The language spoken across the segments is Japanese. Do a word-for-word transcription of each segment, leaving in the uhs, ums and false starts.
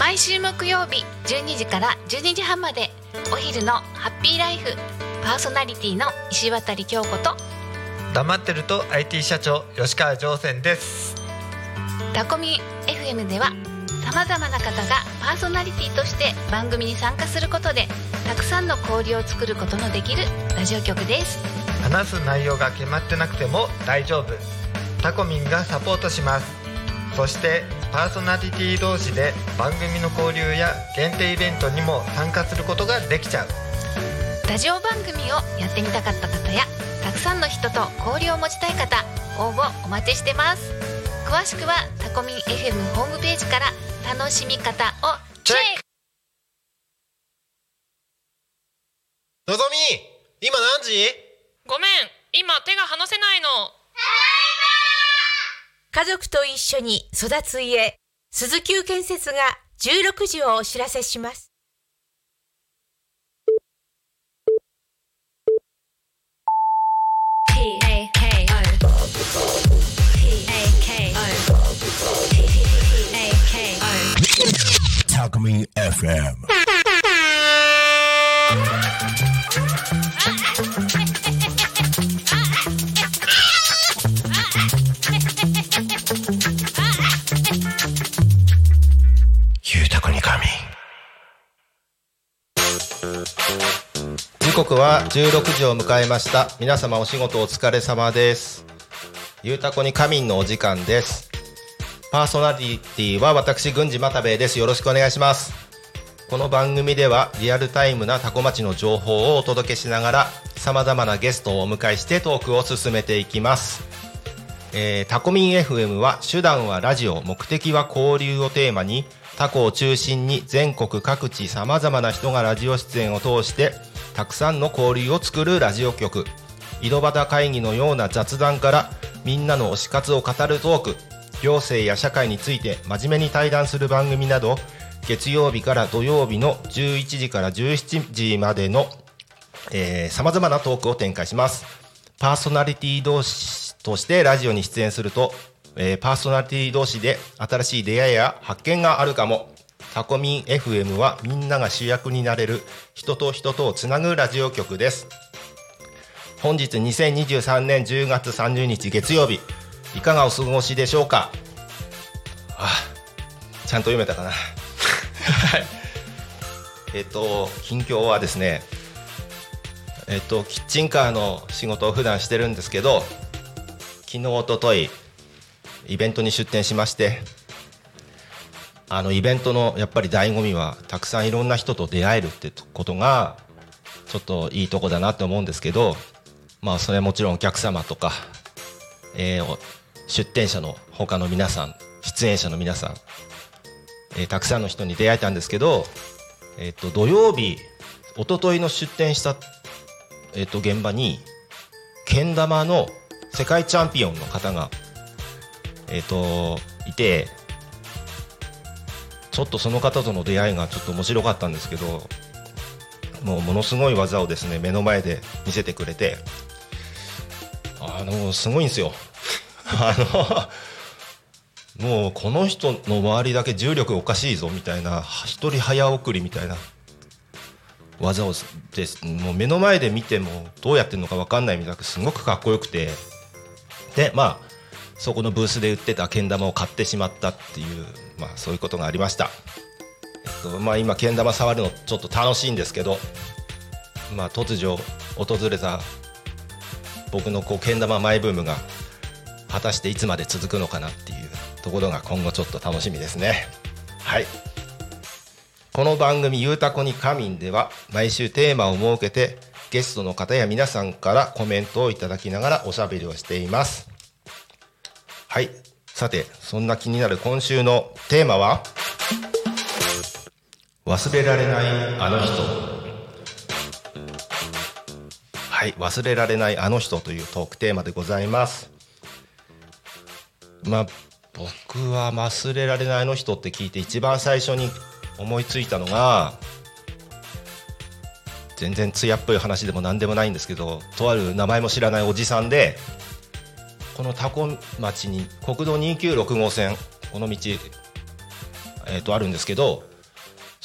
毎週木曜日じゅうにじからじゅうにじはんまで、お昼のハッピーライフパーソナリティの石渡京子と、 黙ってると アイティー 社長吉川上泉です。 タコミ エフエム ではさまざまな方がパーソナリティとして番組に参加することで、たくさんの交流を作ることのできるラジオ局です。 話す内容が決まってなくても大丈夫、タコミンがサポートします。そしてパーソナリティ同士で番組の交流や限定イベントにも参加することができちゃう。 ラジオ番組をやってみたかった方や、たくさんの人と交流を持ちたい方、応募お待ちしてます。詳しくはタコミン エフエム ホームページから楽しみ方をチェック。 のぞみ、今何時？ ごめん、今手が離せないの。 家族と一緒に育つ家、鈴木建設がじゅうろくじをお知らせします。 タコミン エフエム。ゆうたこに神。 時刻はじゅうろくじを迎えました。皆様お仕事お疲れ様です。ゆうたこに神のお時間です。パーソナリティは私、郡司又兵衛です。よろしくお願いします。この番組ではリアルタイムなタコ町の情報をお届けしながら、様々なゲストをお迎えしてトークを進めていきます。えー、タコミン エフエム は手段はラジオ、目的は交流をテーマに、タコを中心に全国各地様々な人がラジオ出演を通してたくさんの交流を作るラジオ局。井戸端会議のような雑談からみんなの推し活を語るトーク、行政や社会について真面目に対談する番組など、月曜日から土曜日のじゅういちじからじゅうしちじまでの、えー、様々なトークを展開します。パーソナリティ同士としてラジオに出演すると、えー、パーソナリティ同士で新しい出会いや発見があるかも。タコミン エフエム はみんなが主役になれる人と人とをつなぐラジオ局です。本日にせんにじゅうさんねんじゅうがつさんじゅうにち月曜日、いかがお過ごしでしょうか。あ、ちゃんと読めたかなえっと近況はですね、えっとキッチンカーの仕事を普段してるんですけど、昨日おとといイベントに出店しまして、あのイベントのやっぱり醍醐味はたくさんいろんな人と出会えるってことがちょっといいとこだなと思うんですけど、まあそれはもちろんお客様とか、えー、出店者の他の皆さん、出演者の皆さん、えー、たくさんの人に出会えたんですけど、えー、と土曜日一昨日の出店した、えー、と現場にけん玉の世界チャンピオンの方がえーといて、ちょっとその方との出会いがちょっと面白かったんですけど、もうものすごい技をですね目の前で見せてくれて、あのすごいんですよあのもうこの人の周りだけ重力おかしいぞみたいな、一人早送りみたいな技をです、もう目の前で見てもどうやってるのか分かんないみたいな、すごくかっこよくて、でまあそこのブースで売ってたけん玉を買ってしまったっていう、まあ、そういうことがありました。えっとまあ、今けん玉触るのちょっと楽しいんですけど、まあ、突如訪れた僕のこうけん玉マイブームが果たしていつまで続くのかなっていうところが今後ちょっと楽しみですね。はい、この番組ゆうたこに仮眠では毎週テーマを設けてゲストの方や皆さんからコメントをいただきながらおしゃべりをしています。はい、さてそんな気になる今週のテーマは、忘れられないあの人。はい、忘れられないあの人というトークテーマでございます。まあ僕は忘れられないあの人って聞いて一番最初に思いついたのが、全然艶っぽい話でも何でもないんですけど、とある名前も知らないおじさんで、このタコ町に国道にひゃくきゅうじゅうろく号線、この道、えー、とあるんですけど、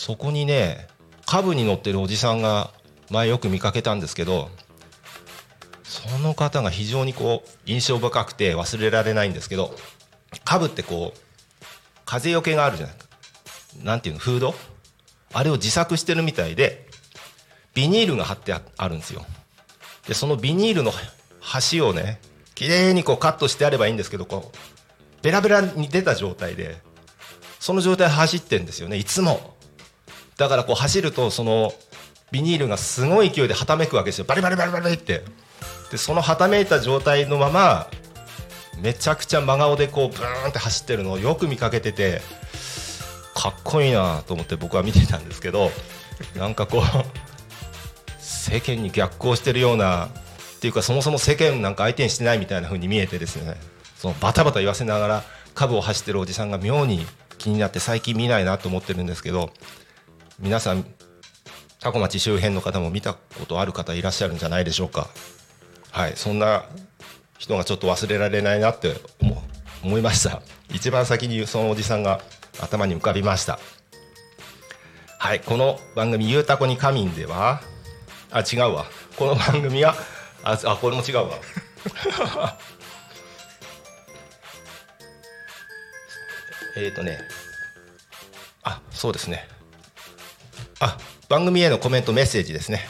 そこにねカブに乗ってるおじさんが前よく見かけたんですけど、その方が非常にこう印象深くて忘れられないんですけど、カブってこう風よけがあるじゃないか、なんていうの、フード、あれを自作してるみたいでビニールが貼ってあるんですよ。でそのビニールの端をねきれいにこうカットしてあればいいんですけど、こうベラベラに出た状態でその状態で走ってるんですよね、いつも。だからこう走るとそのビニールがすごい勢いではためくわけですよ、バリバリバリバリって。でそのはためいた状態のままめちゃくちゃ真顔でこうブーンって走ってるのをよく見かけてて、かっこいいなと思って僕は見てたんですけど、なんかこう世間に逆行してるようなっていうか、そもそも世間なんか相手にしてないみたいな風に見えてですね、そのバタバタ言わせながらカブを走ってるおじさんが妙に気になって最近見ないなと思ってるんですけど、皆さん多古町周辺の方も見たことある方いらっしゃるんじゃないでしょうか。はい、そんな人がちょっと忘れられないなって思思いました。一番先にそのおじさんが頭に浮かびました。はい、この番組ゆうたこに仮眠では、あ違うわ、この番組はああこれも違うわえっとねあそうですねあ番組へのコメントメッセージですね。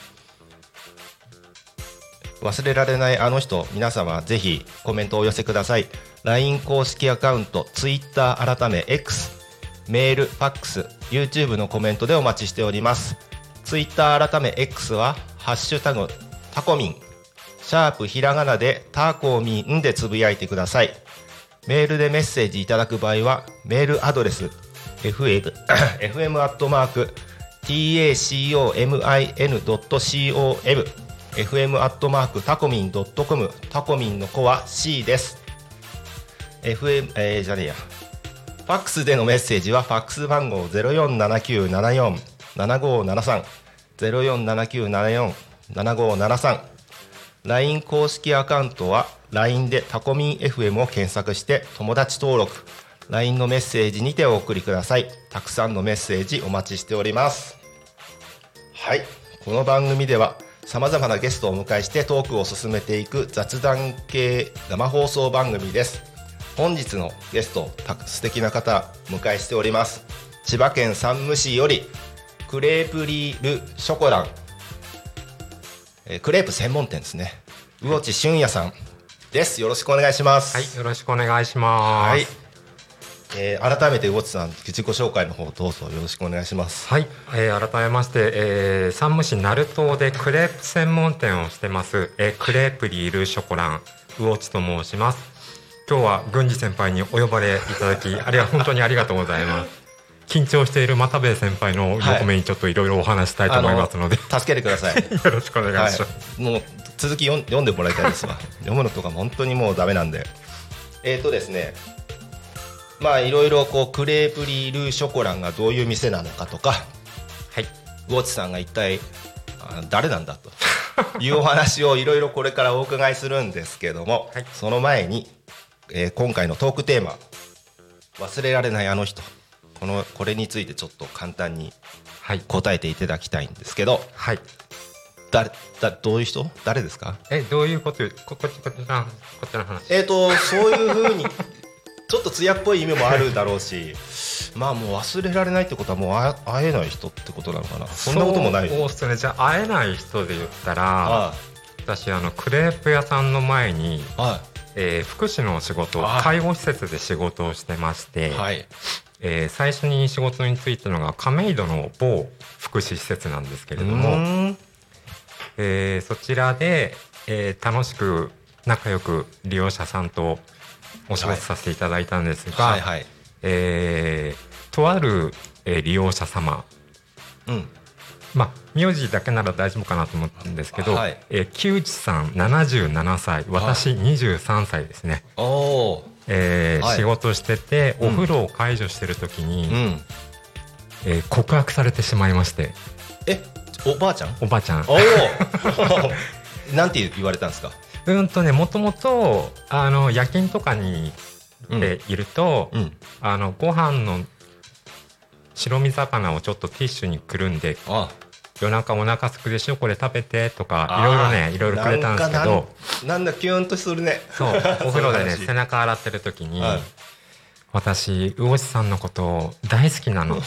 忘れられないあの人、皆様ぜひコメントをお寄せください。 ライン 公式アカウント、 Twitter 改め X、 メール、ファックス、 YouTube のコメントでお待ちしております。 Twitter 改め X はハッシュタグタコミン、シャープひらがなでタコミンでつぶやいてください。メールでメッセージいただく場合はメールアドレス エフエム エフエム アットマーク タコミン ドット コム エフエム アットマーク タコミン ドット コム、 タコミンの子は C です。 エフエム、えー、じゃねえやファックスでのメッセージはファックス番号 ゼロよんななきゅうななよんななごななさん ゼロよんななきゅうななよんななごななさん、 ライン 公式アカウントは ライン でタコミン エフエム を検索して友達登録、 ライン のメッセージにてお送りください。たくさんのメッセージお待ちしております。はい、この番組ではさまざまなゲストをお迎えしてトークを進めていく雑談系生放送番組です。本日のゲスト、素敵な方お迎えしております。千葉県山武市よりクレープリールショコラン、えー、クレープ専門店ですね、魚地俊也さんです。よろしくお願いします。 はい、よろしくお願いします。はい、 えー、改めて魚地さん、自己紹介の方どうぞよろしくお願いします。 はい、えー、改めまして、えー、山武市鳴門でクレープ専門店をしてます、えー、クレープリールショコラン魚地と申します。今日は郡司先輩にお呼ばれいただきあれは本当にありがとうございます。緊張している又兵衛先輩の横目にちょっといろいろお話したいと思いますので、 はい、助けてくださいよろしくお願いします、はい、 もう続き読んでもらいたいですわ読むのとか本当にもうダメなんで。えーとですねまあいろいろこうクレープリールショコランがどういう店なのかとか、はい、魚地さんが一体誰なんだというお話をいろいろこれからお伺いするんですけども、はい、その前に、えー、今回のトークテーマ、忘れられないあの人、このこれについてちょっと簡単に答えていただきたいんですけど、はい、誰だどういう人誰ですか。 えどういうことここっちこっちのこっちの話。 えーとそういうふうにちょっと艶っぽい意味もあるだろうしまあもう忘れられないってことはもう会えない人ってことなのかな。そんなこともない。 そうですね。じゃあ会えない人で言ったら、あ私あのクレープ屋さんの前に、えー、福祉の仕事、介護施設で仕事をしてまして、はいえー、最初に仕事に就いたのが亀戸の某福祉施設なんですけれども、えー、そちらで、えー、楽しく仲良く利用者さんとお仕事させていただいたんですが、はいはいはいえー、とある、えー、利用者様、うんまあ、名字だけなら大丈夫かなと思ったんですけど、はいえー、木内さんななじゅうななさい、私にじゅうさんさいですね。おえーはい、仕事しててお風呂を介助してる時に、うんえー、告白されてしまいまして。 えおばあちゃんおばあちゃんおなんて言われたんですか。 うんとねもともとあの夜勤とかに、うん、いると、うん、あのご飯の白身魚をちょっとティッシュにくるんで、ああ夜中お腹すくでしょこれ食べてとかいろいろねいろいろくれたんですけど、 なんだキュンとするね。 そうお風呂でね背中洗ってる時に、はい、私魚地さんのこと大好きなの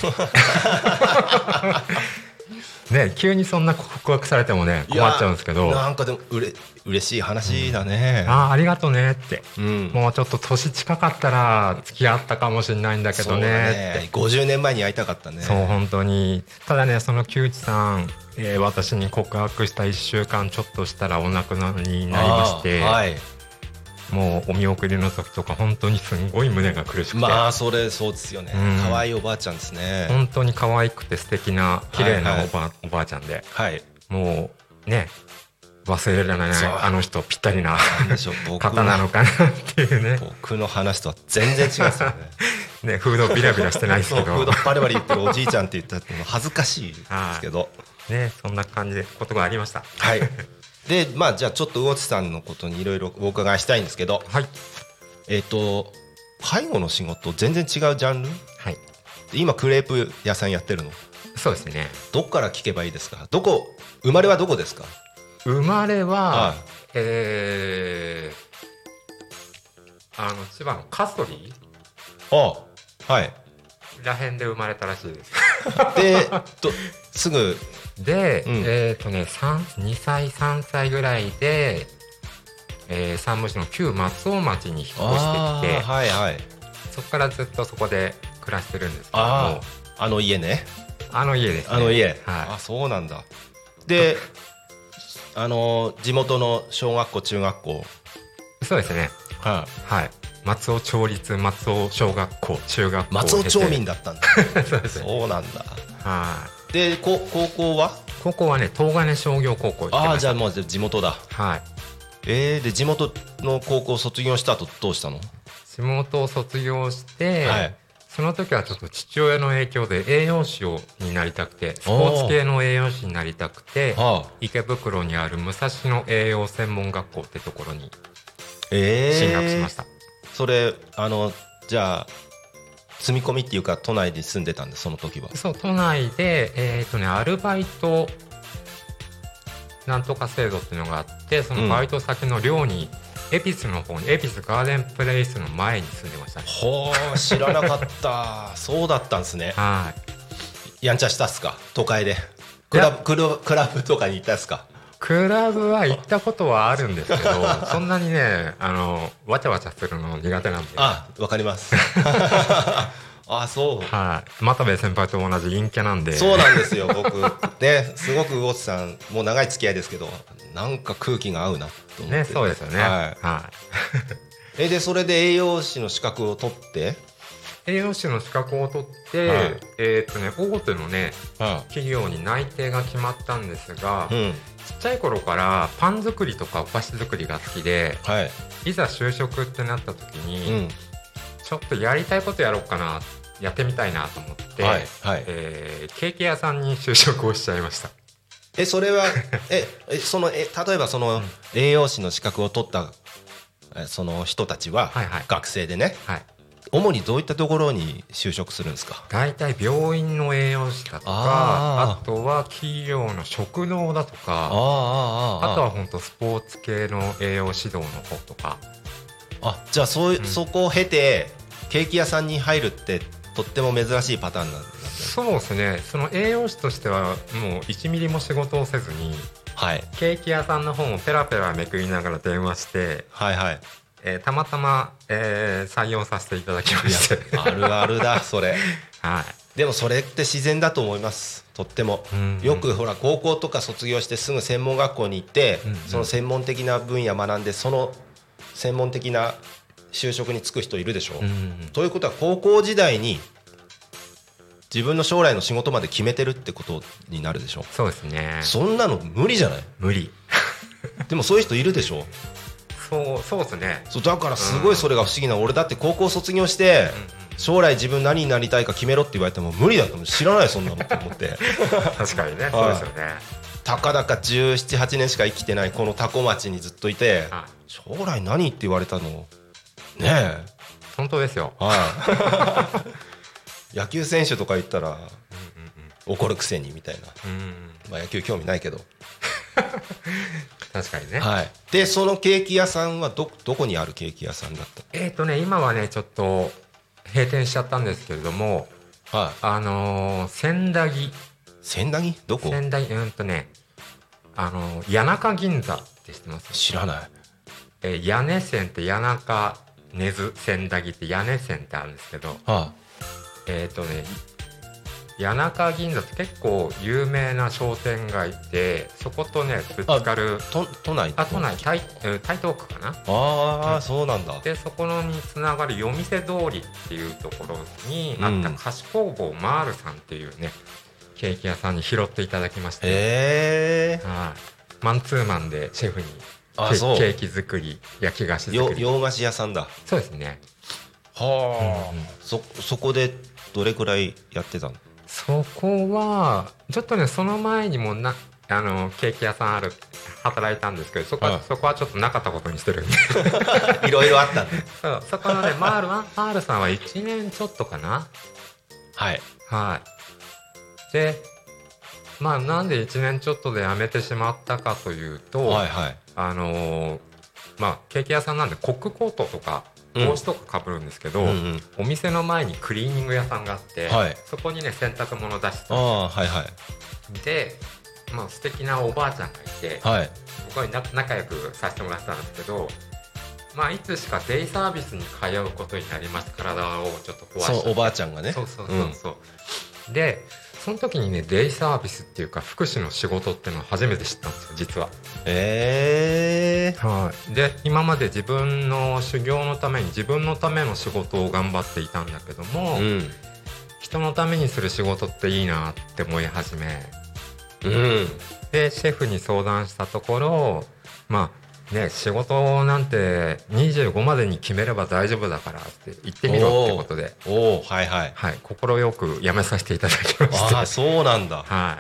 ね、急にそんな告白されてもね困っちゃうんですけど、 なんかでもうれ嬉しい話だね、 うん、あありがとうねって、うん、もうちょっと年近かったら付き合ったかもしれないんだけど ね, ねってごじゅうねんまえに会いたかったね。 そう本当に。ただねその木内さん、えー、私に告白したいっしゅうかんちょっとしたらお亡くなりになりまして、はい、もうお見送りの時とか本当にすんごい胸が苦しくて、 まあそれそうですよね、うん、可愛いおばあちゃんですね。 本当に可愛くて素敵な綺麗なおば、はいはい、おばあちゃんで、はい、もうね忘れられないあの人ぴったりな方なのかなっていうね。 僕の話とは全然違いますよねねフードビラビラしてないですけどフードバリバリ言ってるおじいちゃんって言ったら恥ずかしいですけどね、そんな感じでことがありました。 はいでまあじゃあちょっと魚地さんのことにいろいろお伺いしたいんですけど、はい、えっと介護の仕事全然違うジャンル、はい、今クレープ屋さんやってるの？ そうですね。 どっから聞けばいいですか？どこ生まれはどこですか？ 生まれは、はい、えー、あの千葉のカストリーあはいらへんで生まれたらしいですでとすぐで、うん、えっ、ー、とねにさいさんさいぐらいで、えー、山武市の旧松尾町に引っ越してきて、はいはい、そこからずっとそこで暮らしてるんですけども、ああの家ねあの家ですね。 あの家、はい、あそうなんだ。であの地元の小学校中学校そうですね、はい、はい、松尾町立松尾小学校中学校松尾町民だったんだそうですね。 そうなんだ。はい。で高校は高校はね東金商業高校行ってました。 ああじゃあもう地元だ。はい。えー、で地元の高校を卒業した後どうしたの？ 地元を卒業して、はい、その時はちょっと父親の影響で栄養士をになりたくてスポーツ系の栄養士になりたくて池袋にある武蔵野栄養専門学校ってところに進学しました。 えー、それあのじゃあ住み込みっていうか都内に住んでたんでその時は。 そう都内で、えーとね、アルバイトなんとか制度っていうのがあってそのバイト先の寮に、うん、恵比寿の方に恵比寿ガーデンプレイスの前に住んでました、ね、 ほー知らなかったそうだったんですね。はいやんちゃしたっすか都会でクラブ、クラブ、クラブとかに行ったっすか？ クラブは行ったことはあるんですけどそんなにねあのわちゃわちゃするの苦手なんで。 あわかりますあそうはい、又部先輩と同じ陰キャなんで。 そうなんですよ僕ねすごく魚地さんもう長い付き合いですけどなんか空気が合うなと思って、 ね、そうですよね。はい、はい、えでそれで栄養士の資格を取って栄養士の資格を取って、はい、えーっとね、大手のね、はい、企業に内定が決まったんですが、うん、ちっちゃい頃からパン作りとかお菓子作りが好きで、はい、いざ就職ってなった時に、うん、ちょっとやりたいことやろうかなやってみたいなと思って、はいはい、えー、ケーキ屋さんに就職をしちゃいました。 えそれはえそのえ例えばその栄養士の資格を取ったその人たちは、はいはい、学生でね、はい、主にどういったところに就職するんですか？ 大体病院の栄養士だとか あ, あとは企業の食堂だとか あ, あ, あとは本当スポーツ系の栄養指導の方とか。 あじゃあ そ,、うん、そこを経てケーキ屋さんに入るってとっても珍しいパターンなんですね。そうですね。その栄養士としてはもういちミリも仕事をせずに、はい、ケーキ屋さんの本をペラペラめくりながら電話して、はいはいえー、たまたま、えー、採用させていただきまして。 あるあるだそれ、はい、でもそれって自然だと思います。とっても、うんうん、よくほら高校とか卒業してすぐ専門学校に行って、うんうん、その専門的な分野学んでその専門的な就職に就く人いるでしょ、うんうん、ということは高校時代に自分の将来の仕事まで決めてるってことになるでしょ。 そうですね。 そんなの無理じゃない？ 無理でもそういう人いるでしょ。 そうそうですね。 そうだからすごいそれが不思議な、うん、俺だって高校卒業して将来自分何になりたいか決めろって言われても無理だと思う。知らないそんなのと思って確かにね、そうですよね。 たかだかじゅうなな、はちねんしか生きてないこの多古町にずっといて、はい、将来何って言われたのねえ本当ですよ、は野球選手とか言ったら、うんうんうん、怒るくせにみたいな、うんうん、まあ、野球興味ないけど確かにね、 はい、でそのケーキ屋さんは ど, どこにあるケーキ屋さんだった？ えーとね今はねちょっと閉店しちゃったんですけれども、はい、あのー、千駄木千駄木どこ？ 千駄木うんとねあのー、谷中銀座って知ってます？ 知らない。 えー、屋根線って谷中根津千駄木って屋根線ってあるんですけど、はあ、えっ、ー、とね谷中銀座って結構有名な商店街で、そことねぶつかる都, 都内あ都内 台, 台東区かな。 ああ、うん、そうなんだ。 でそこのにつながる夜店通りっていうところにあった菓子工房マールさんっていうねケーキ屋さんに拾っていただきまして、 へー、 はい、マンツーマンでシェフにあそうケーキ作り焼き菓子作り洋菓子屋さんだ。 そうですね。 はあ、うんうん、そ, そこでどれくらいやってたの？ そこはちょっとねその前にもなあのケーキ屋さんある働いたんですけど、そこは、はい、そこはちょっとなかったことにしてるんでいろいろあったんでそう、そこのねマールはマールさんはいちねんちょっとかな。 はいはいでまあなんでいちねんちょっとで辞めてしまったかというと、はいはい、あのー、まあケーキ屋さんなんでコックコートとか帽子とか被るんですけど、うんうんうん、お店の前にクリーニング屋さんがあって、はい、そこにね洗濯物出してたんですよ。 あ、はいはい、 で、まあ、素敵なおばあちゃんがいて、はい、僕は仲良くさせてもらってたんですけど、まあ、いつしかデイサービスに通うことになりました。体をちょっと壊して、 そうおばあちゃんがね。 そうそうそうそう、うん、でその時にねデイサービスっていうか福祉の仕事っていうのを初めて知ったんですよ実は。 えーはい、で今まで自分の修行のために自分のための仕事を頑張っていたんだけども、うん、人のためにする仕事っていいなって思い始め、うん、でシェフに相談したところ、まあね、仕事なんてにじゅうごまでに決めれば大丈夫だからって言ってみろってことで、 おお、はいはいはい、快く辞めさせていただきました。 あ、そうなんだ、 はい、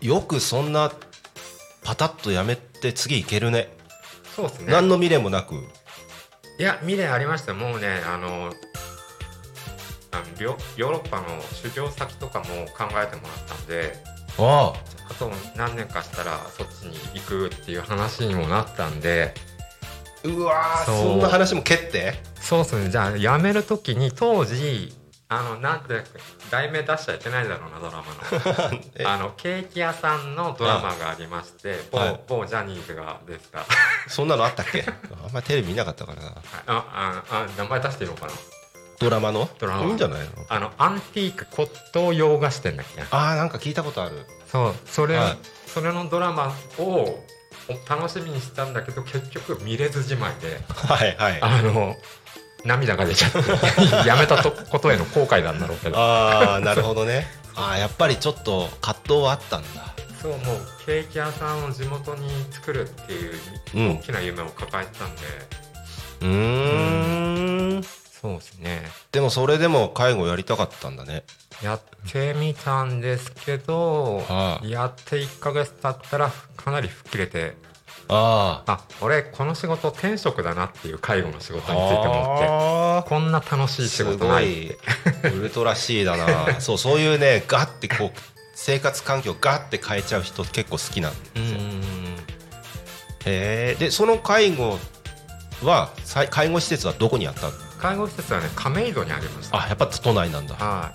よくそんなパタッと辞めて次行けるね。 そうですね。 何の未練もなく。 いや未練ありました。もうねあのあのヨーロッパの修行先とかも考えてもらったんで、あああと何年かしたらそっちに行くっていう話にもなったんで、 うわ そ, そんな話も蹴って。 そうですね。じゃあ辞める時に当時あのなんて題名出しちゃいけないだろうなドラマのあのケーキ屋さんのドラマがありまして、某、はい、某ジャニーズが出てたそんなのあったっけあんまりテレビ見なかったからな。 あああ名前出していいのかな。 ドラマのドラマいいんじゃないの。 あのアンティーク骨董洋菓子店だっけ。 あーなんか聞いたことある。 そうそれ、はい、それのドラマを楽しみにしたんだけど結局見れずじまいで、 はいはい、 あの涙が出ちゃってやめたことへの後悔なんだろうけどああなるほどねあやっぱりちょっと葛藤はあったんだ。 そうもうケーキ屋さんを地元に作るっていう大きな夢を抱えてたんで、 うーん、うん、 そうですね。 でもそれでも介護やりたかったんだね。 やってみたんですけど、はあ、やっていっかげつ経ったらかなり吹っ切れて、ああ俺この仕事天職だなっていう介護の仕事について思って、こんな楽しい仕事ないってすごいウルトラ C だなそうそういうねガッてこう生活環境ガッて変えちゃう人結構好きなんですよ。うん、へー。でその介護は介護施設はどこにあったの？ 介護施設はね亀戸にありました。 あやっぱ都内なんだ。 はい。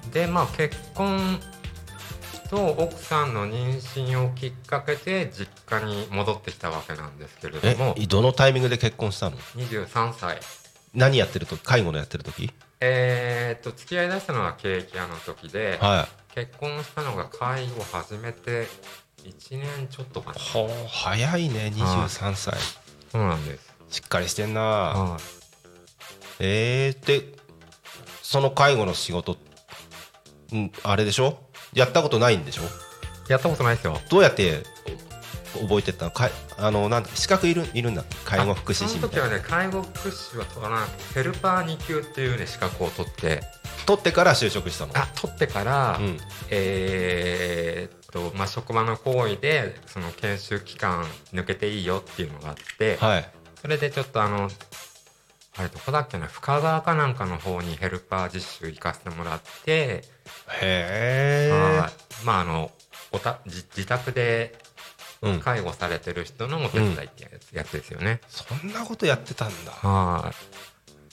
でまあ結婚と奥さんの妊娠をきっかけで実家に戻ってきたわけなんですけれども。 えどのタイミングで結婚したの？ にじゅうさんさい。 何やってると介護のやってる時？ えー、っと付き合いだしたのはケーキ屋の時で、はい、結婚したのが介護始めていちねんちょっとかな。 はあ早いねにじゅうさんさい。 そうなんです。 しっかりしてんな。はい、えー、でその介護の仕事んあれでしょ？やったことないんでしょ？ やったことないですよ。 どうやって覚えてったの？かあのなん資格いるいるんだっけ？介護福祉士みたいな。 その時はね介護福祉は取らなくてヘルパーに級っていうね資格を取って取ってから就職したの？ あ取ってから、うん、えー、っとまあ職場の行為でその研修期間抜けていいよっていうのがあって、はい、それでちょっとあのあれどこだっけな、深川かなんかの方にヘルパー実習行かせてもらって、 へえ。 まああのおた自自宅で介護されてる人のお手伝いってやつ、うん、やつですよね。 そんなことやってたんだ。 はい。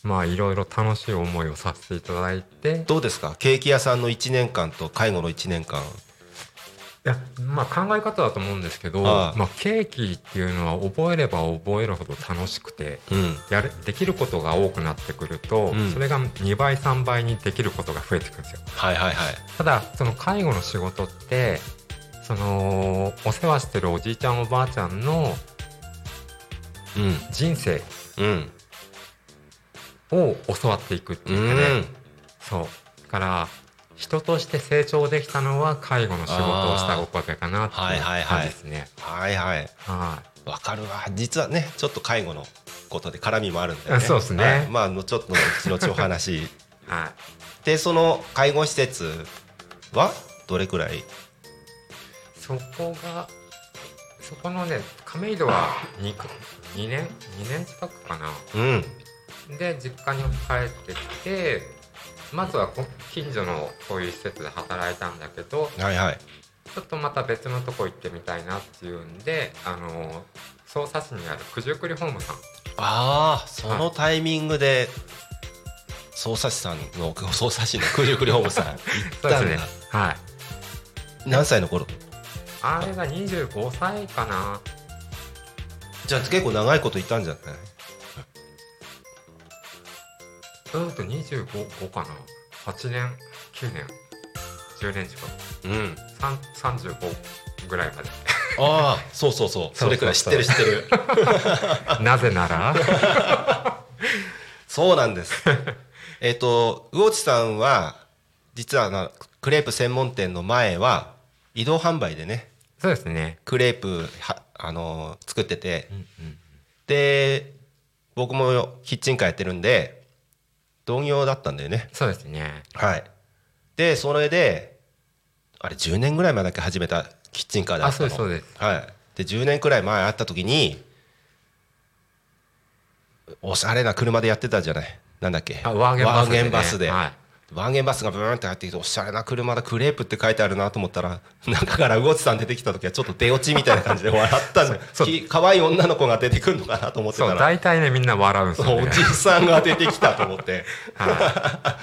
まあいろいろ楽しい思いをさせていただいて。 どうですか、ケーキ屋さんのいちねんかんと介護のいちねんかん。 いや、まあ考え方だと思うんですけど、ああ、まあ、ケーキっていうのは覚えれば覚えるほど楽しくて、うん、やるできることが多くなってくると、うん、それがにばいさんばいにできることが増えてくるんですよ。 はいはいはい。 ただその介護の仕事ってそのお世話してるおじいちゃんおばあちゃんの人生を教わっていくっていうかね、うん、そうだから人として成長できたのは介護の仕事をしたおかげかなっていう感じですね。 はいはいはい。わかるわ。実はねちょっと介護のことで絡みもあるんだよね。 そうですね。 はい、まあちょっと後々お話。はい。でその介護施設はどれくらい？ そこがそこのね亀戸は 2, 2年にねん近くかな。うん。で実家に帰ってきて。まずは近所のそういう施設で働いたんだけど、はいはい、ちょっとまた別のとこ行ってみたいなっていうんで、あの匝瑳市にある九十九里ホームさん。 ああ、そのタイミングで匝瑳市さんの匝瑳市の九十九里ホームさん行ったんだ。そうですね。はい。何歳の頃？ あれがにじゅうごさいかな。 じゃあ結構長いこといたんじゃない？ うんとにじゅうごかな。はちねんきゅうねんじゅうねん近く、うん、さんじゅうごぐらいまで。 ああ、そうそうそう、それくらい知ってる知ってる。 なぜならそうなんです。えっと魚地さんは実はなクレープ専門店の前は移動販売でね。 そうですね。 クレープはあのー、作ってて、うんうん、で僕もキッチンカーやってるんで同業だったんだよね。 そうですね。 はい。でそれであれじゅうねんぐらい前だけ始めたキッチンカーであったの。 あ、そうですそうです。 はい。でじゅうねんくらい前会った時におしゃれな車でやってたじゃない。なんだっけ。 あ、ワーゲンバスで、ね、 ワーゲンバスで。 はい。 ワーゲンバスがブーンって入ってきておしゃれな車だ、クレープって書いてあるなと思ったら中から魚地さん出てきた時はちょっと出落ちみたいな感じで笑ったの。可愛い女の子が出てくるのかなと思ってたら、 そう大体ねみんな笑うんですよね。 おじさんが出てきたと思って、はい、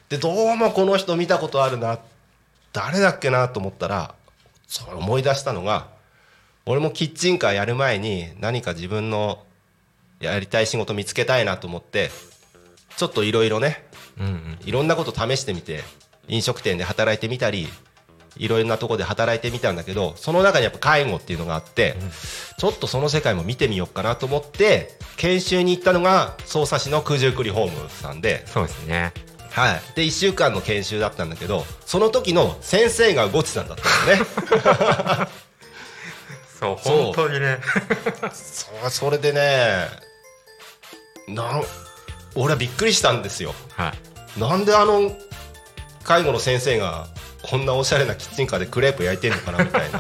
でどうもこの人見たことあるな、誰だっけなと思ったらそれ思い出したのが、俺もキッチンカーやる前に何か自分のやりたい仕事見つけたいなと思ってちょっといろいろね、うんうん、いろんなこと試してみて飲食店で働いてみたりいろいろなところで働いてみたんだけど、その中にやっぱ介護っていうのがあって、うん、ちょっとその世界も見てみようかなと思って研修に行ったのが匝瑳市の九十九里ホームさんで。 そうですね。 はい。でいっしゅうかんの研修だったんだけど、その時の先生が魚地さんだったんですね。 そう本当にね。 そうそれでね、なん俺はびっくりしたんですよ、はい、なんであの介護の先生がこんなおしゃれなキッチンカーでクレープ焼いてんのかなみたいな。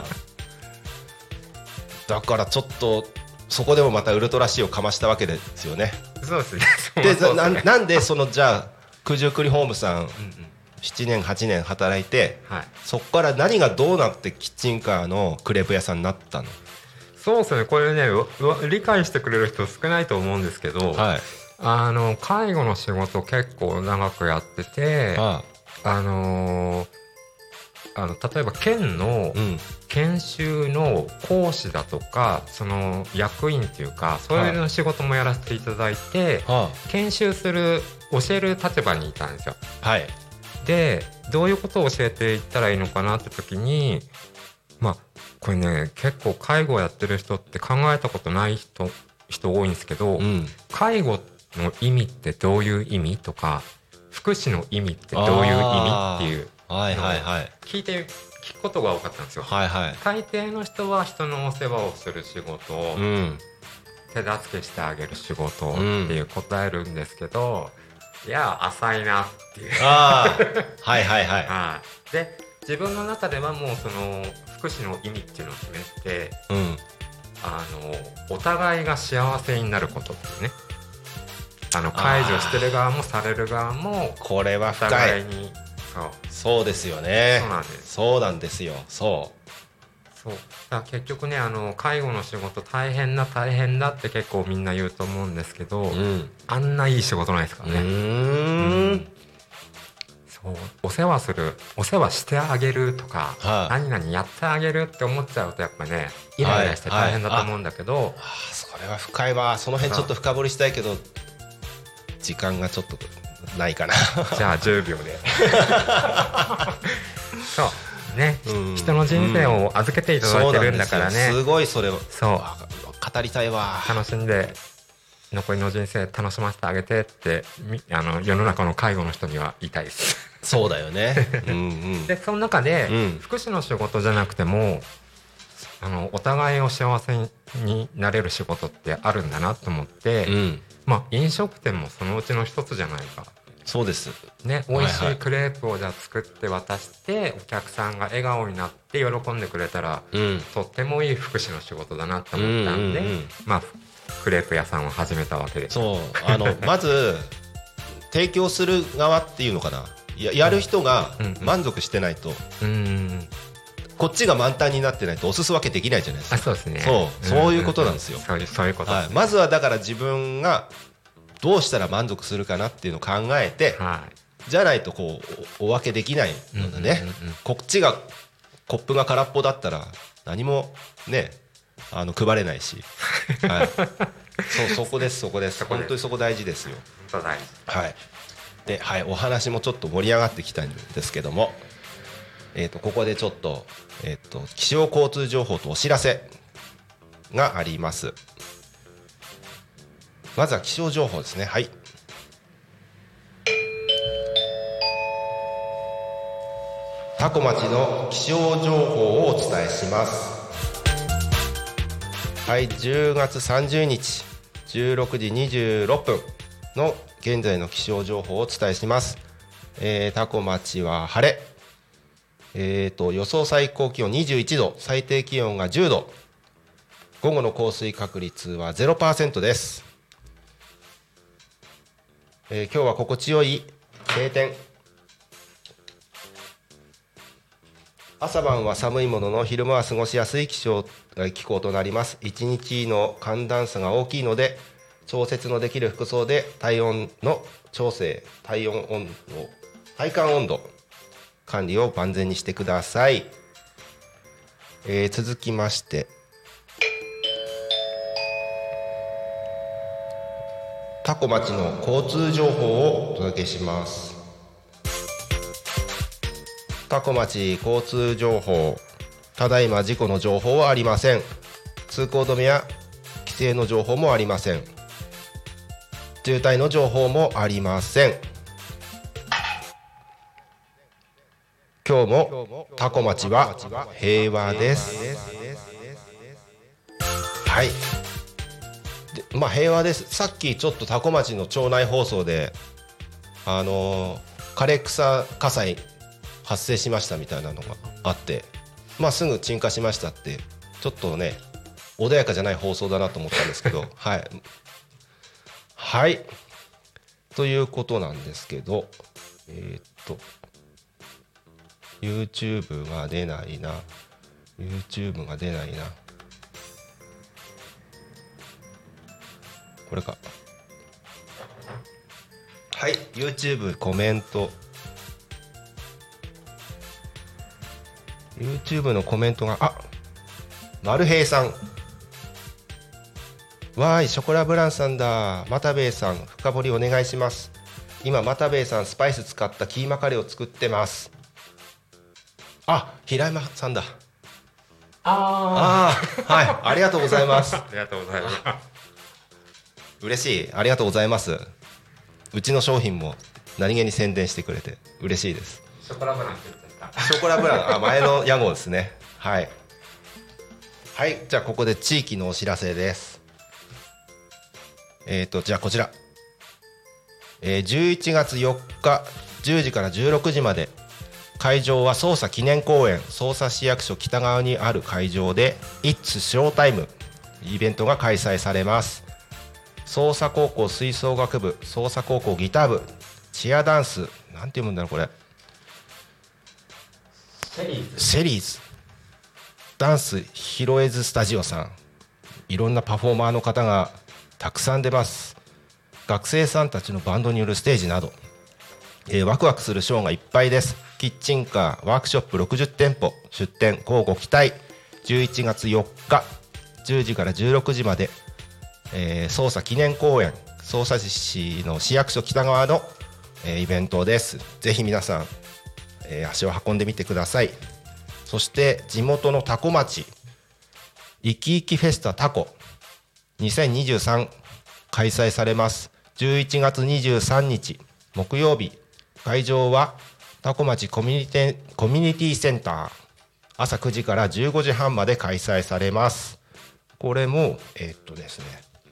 だからちょっとそこでもまたウルトラ C をかましたわけですよね。 そうですね。 でそうですね。 な, なんでそのじゃあ九十九里ホームさん、うんうん、ななねんはちねん働いて、はい、そこから何がどうなってキッチンカーのクレープ屋さんになったの？ そうですね、これね理解してくれる人少ないと思うんですけど、はい、あの介護の仕事結構長くやってて、ああ、あのー、あの例えば県の研修の講師だとかその役員っていうかそういうの仕事もやらせていただいて、はい、研修する教える立場にいたんですよ。はい、でどういうことを教えていったらいいのかなって時に、まあこれね結構介護やってる人って考えたことない人人多いんですけど、うん、介護の意味ってどういう意味とか福祉の意味ってどういう意味っていうのを聞いて聞くことが多かったんですよ。はいはい、大抵の人は人のお世話をする仕事、うん、手助けしてあげる仕事っていう答えるんですけど、うん、いや浅いなっていう。あはいはいはい、はい、で自分の中ではもうその福祉の意味っていうのを決めて、うん、あのお互いが幸せになることですね。 あの解除してる側もされる側もこれは深い。 お互いにそうそうですよね。 そうなんです。 そうなんですよ。そうそうだから結局ね、あの介護の仕事大変だ大変だって結構みんな言うと思うんですけど、うん、あんないい仕事ないですからね。うーん、うん、そうお世話するお世話してあげるとか、はあ、何々やってあげるって思っちゃうとやっぱねイライラして大変だと思うんだけど、はいはい、 あそれは深いわ。その辺ちょっと深掘りしたいけど時間がちょっとないかなじゃあじゅうびょうでそうね、うん、人の人生を預けていただいてるんだからね、 うん、すごいそれをそう語りたいわ。 楽しんで残りの人生楽しませてあげてってあの世の中の介護の人には言いたいですそうだよねうん、うん、 でその中で、うん、福祉の仕事じゃなくてもあのお互いを幸せになれる仕事ってあるんだなと思って、うん、まあ飲食店もそのうちの一つじゃないか。 そうですね、美味しいクレープをじゃあ作って渡してお客さんが笑顔になって喜んでくれたら、うん、とってもいい福祉の仕事だなと思ったんで、うんうんうん、まあクレープ屋さんを始めたわけです。 そうあのまず提供する側っていうのかな や, やる人が満足してないと、うんうん、こっちが満タンになってないとおすす分けできないじゃないですか。 あそうですね。 そう、そういうことなんですよ、 うんうんうん、そういうこと、 はい、まずはだから自分がどうしたら満足するかなっていうのを考えて、はい、じゃないとこう お, お分けできないのでね、うんうんうん、こっちがコップが空っぽだったら何もねあの配れないし、はい、そうそこですそこです本当にそこ大事ですよ。 本当大事、 はいではい、お話もちょっと盛り上がってきたんですけども、えー、とここでちょっと、えー、と気象交通情報とお知らせがあります。まずは気象情報ですね。はい。多古町の気象情報をお伝えします。はい、じゅうがつさんじゅうにちじゅうろくじにじゅうろっぷんの現在の気象情報をお伝えします。えー、多古町は晴れ。えーと予想最高気温にじゅういちど、最低気温がじゅうど、午後の降水確率は ゼロパーセント です。えー、今日は心地よい晴天。朝晩は寒いものの昼間は過ごしやすい気象気候となります。一日の寒暖差が大きいので調節のできる服装で体温の調整、体温温度、体感温度管理を万全にしてください。えー、続きまして多古町の交通情報をお届けします。多古町交通情報、ただいま事故の情報はありません。通行止めや規制の情報もありません。渋滞の情報もありません。今日も多古町は平和です。はいでまあ、平和です。さっきちょっと多古町の町内放送であのー、枯れ草火災発生しましたみたいなのがあって、まあ、すぐ鎮火しましたってちょっとね穏やかじゃない放送だなと思ったんですけどはい、はい、ということなんですけど、えー、っと YouTube が出ないな YouTube が出ないなこれか。はい、 YouTube コメント YouTube のコメントがあマルヘイさん、わーいショコラブランさんだ。マタベイさん深掘りお願いします。今マタベイさんスパイス使ったキーマカレーを作ってます。あ平山さんだ。ああはいありがとうございますありがとうございます嬉しい、ありがとうございます。うちの商品も何気に宣伝してくれて嬉しいです。 ショコラブランって言ってた。 ショコラブランあ前の屋号ですね。はいはい、じゃあここで地域のお知らせです。えーとじゃあこちら、えー、じゅういちがつよっかじゅうじからじゅうろくじまで会場は匝瑳記念公園匝瑳市役所北側にある会場で It's Showtime イベントが開催されます。 捜査高校吹奏楽部、捜査高校ギター部、チアダンス、なんて読むんだろうこれ、セリーズ、セリーズダンスヒロエズスタジオさん、いろんなパフォーマーの方がたくさん出ます。学生さんたちのバンドによるステージなど、えー、ワクワクするショーがいっぱいです。キッチンカーワークショップろくじゅってんぽ出店、乞うご期待。じゅういちがつよっかじゅうじからじゅうろくじまで、えー、捜査記念公演、匝瑳市の市役所北側の、えー、イベントです。ぜひ皆さん、えー、足を運んでみてください。そして地元のタコ町いきいきフェスタタコにせんにじゅうさん開催されます。じゅういちがつにじゅうさんにち木曜日、会場はタコ町コミュニティ、コミュニティセンター、朝くじからじゅうごじはんまで開催されます。これもえー、っとですね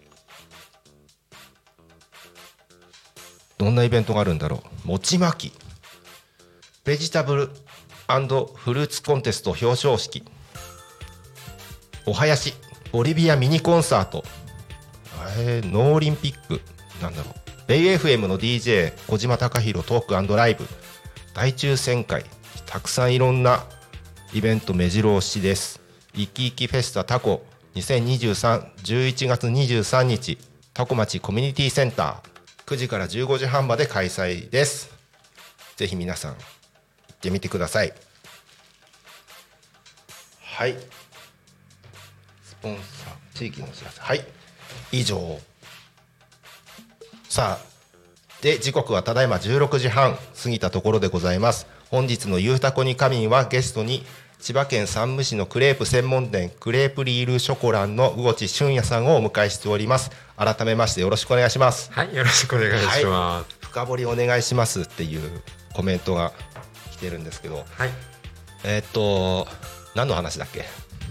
どんなイベントがあるんだろう。餅巻き、ベジタブル&フルーツコンテスト表彰式、お囃子、ボリビアミニコンサート、えー、ノーオリンピック、なんだろう、ベイ エフエム の ディージェー 小島貴弘トーク&ライブ、大抽選会、たくさんいろんなイベント目白押しです。いきいきフェスタタコにせんにじゅうさん、じゅういちがつにじゅうさんにちタコ町コミュニティセンター、くじからじゅうごじはんまで開催です。ぜひ皆さん行ってみてください。はい、スポンサー地域のお知らせ、はい、以上。さあで時刻はただいまじゅうろくじはん過ぎたところでございます。本日のゆうたこに仮眠はゲストに千葉県山武市のクレープ専門店クレープリールショコランの魚地俊也さんをお迎えしております。改めましてよろしくお願いします。 はい、よろしくお願いします、 はい、深掘りお願いしますっていうコメントが来てるんですけど、 はい、 えー、っと何の話だっけ。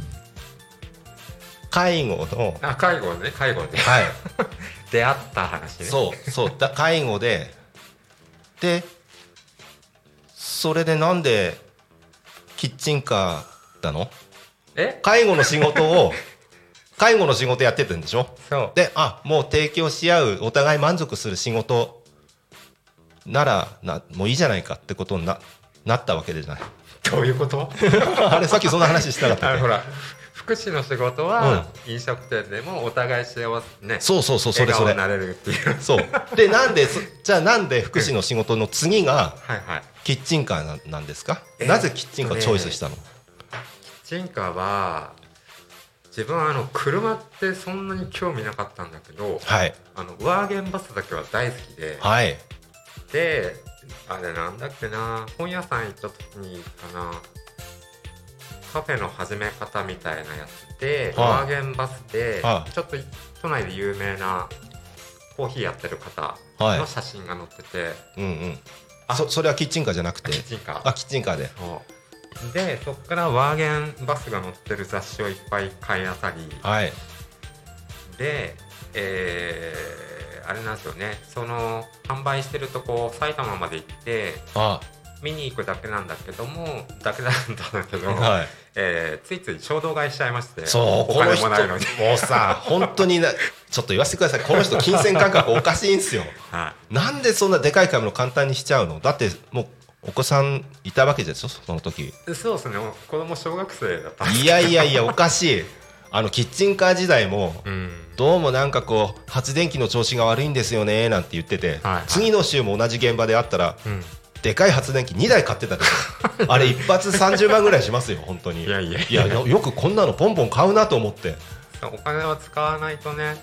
介護のあ介護ね介護で、 はい、 出会った話ね。 そうそうだ介護ででそれでなんでキッチンカーなの。 え介護の仕事を介護の仕事やってたんでしょ。 そうで、あもう提供し合うお互い満足する仕事ならなもういいじゃないかってことに な, なったわけでじゃない。 どういうことあれさっきそんな話したかったっけ。 ほら福祉の仕事は飲食店でもお互い幸せね、 そうそうそうそれそれ笑顔になれるっていうそうでなんでじゃあなんで福祉の仕事の次がはいはいキッチンカー な, なんですか、えー、なぜキッチンカーをチョイスしたの。 キッチンカーは自分はあの車ってそんなに興味なかったんだけど、 はい、 あのワーゲンバスだけは大好きで、 はい、 であれなんだっけな本屋さん行った時にかなカフェの始め方みたいなやつで、はあ、ワーゲンバスで、はあ、ちょっと都内で有名なコーヒーやってる方の写真が載ってて、はい、うんうん、 あ そ, それはキッチンカーじゃなくてキッチンカーあキッチンカーででそこからワーゲンバスが載ってる雑誌をいっぱい買いあさり、 はい、 で、えー、あれなんですよねその販売してるとこ埼玉まで行ってあ見に行くだけなんだけどもだけなんだけど、はいえー、ついつい衝動買いしちゃいまして。 そうお金もないのにもうさ本当になちょっと言わせてください。この人金銭感覚おかしいんですよ、はい、なんでそんなでかい買い物簡単にしちゃうの。だってもうお子さんいたわけでしょその時。 そうですね子供小学生だったんです。 いやいやいやおかしい。あのキッチンカー時代も、うん、どうもなんかこう発電機の調子が悪いんですよねなんて言ってて、はいはい、次の週も同じ現場であったら、うんでかい発電機にだい買ってたでしょあれ一発さんじゅうまんぐらいしますよ本当に。いやいやいやよくこんなのポンポン買うなと思って。 お金は使わないとね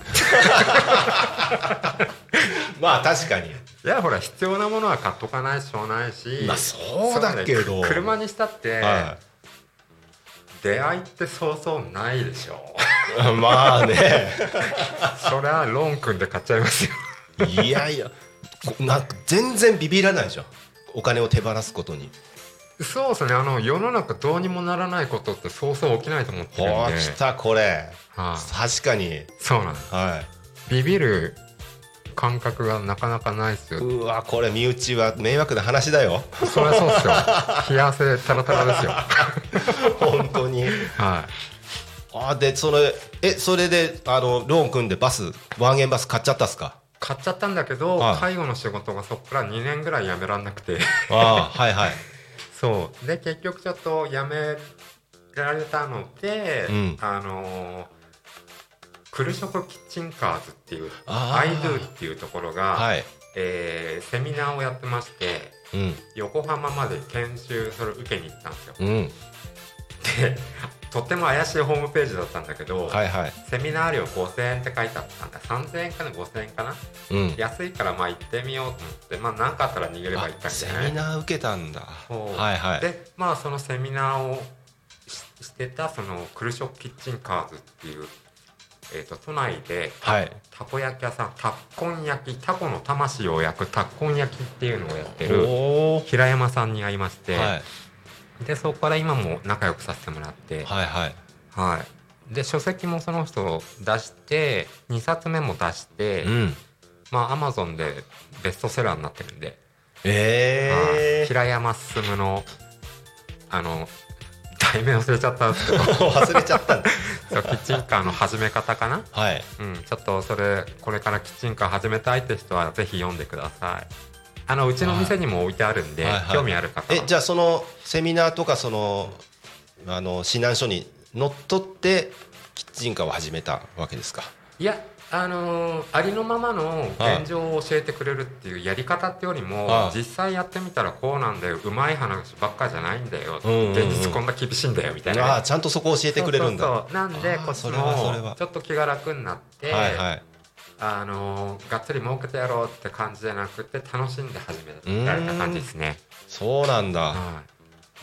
まあ確かに。 いやほら必要なものは買っとかないししょうがないし、 まあそうだけど、 ね、車にしたって、はい、出会いってそうそうないでしょまあねそれはローン組んで買っちゃいますよいやいやなんか全然ビビらないじゃんお金を手放すことに。 そうですねあの世の中どうにもならないことってそうそう起きないと思ってるんで。 来たこれ、はあ、確かにそうなんです、はい、ビビる感覚がなかなかないですよ。 うわこれ身内は迷惑な話だよ。 そりゃそうですよ冷や汗タラタラですよ本当に、はい、 あでそれえそれであのローン組んでバスワーゲンバス買っちゃったっすか？ 買っちゃったんだけど、はい、介護の仕事がそこからにねんぐらい辞めらんなくてあはいはいそうで結局ちょっと辞められたので、うん、あのー、クルショクキッチンカーズっていうアイドゥっていうところが、はいえー、セミナーをやってまして、うん、横浜まで研修それを受けに行ったんですよ、うん、でとっても怪しいホームページだったんだけど、はいはい、セミナー料ごせんえんって書いてあったんだ。さんぜんえんかなごせんえんかな、うん、安いからまあ行ってみようと思って、まあ、何かあったら逃げればいいかみたいな、 セミナー受けたんだ。 はいはい、でまあそのセミナーを し, してたそのクルショクキッチンカーズっていう、えー、と都内で、はい、たこ焼き屋さんタッコン焼きタコの魂を焼くタッコン焼きっていうのをやってる平山さんに会いまして、はいでそこから今も仲良くさせてもらって、はいはいはい、で書籍もその人出してにさつめも出して、うん、まあアマゾンでベストセラーになってるんで、えー、平山進のあの題名忘れちゃったんですけど忘れちゃったんだそうキッチンカーの始め方かな、はいうん、ちょっとそれこれからキッチンカー始めたいって人はぜひ読んでください。あのうちの店にも置いてあるんで、はいはいはい、興味ある方は。 えじゃあそのセミナーとかそのあの指南書にのっとってキッチンカーを始めたわけですか？ いやあのー、ありのままの現状を教えてくれるっていうやり方ってよりも、ああ実際やってみたらこうなんだようまい話ばっかじゃないんだよ、うんうんうん、現実こんな厳しいんだよみたいな、ね、 あちゃんとそこを教えてくれるんだ。 そうそうそうなんでこっちもちょっと気が楽になって、はいはいあのー、がっつり儲けてやろうって感じじゃなくて楽しんで始められた感じですね。 そうなんだ、はい、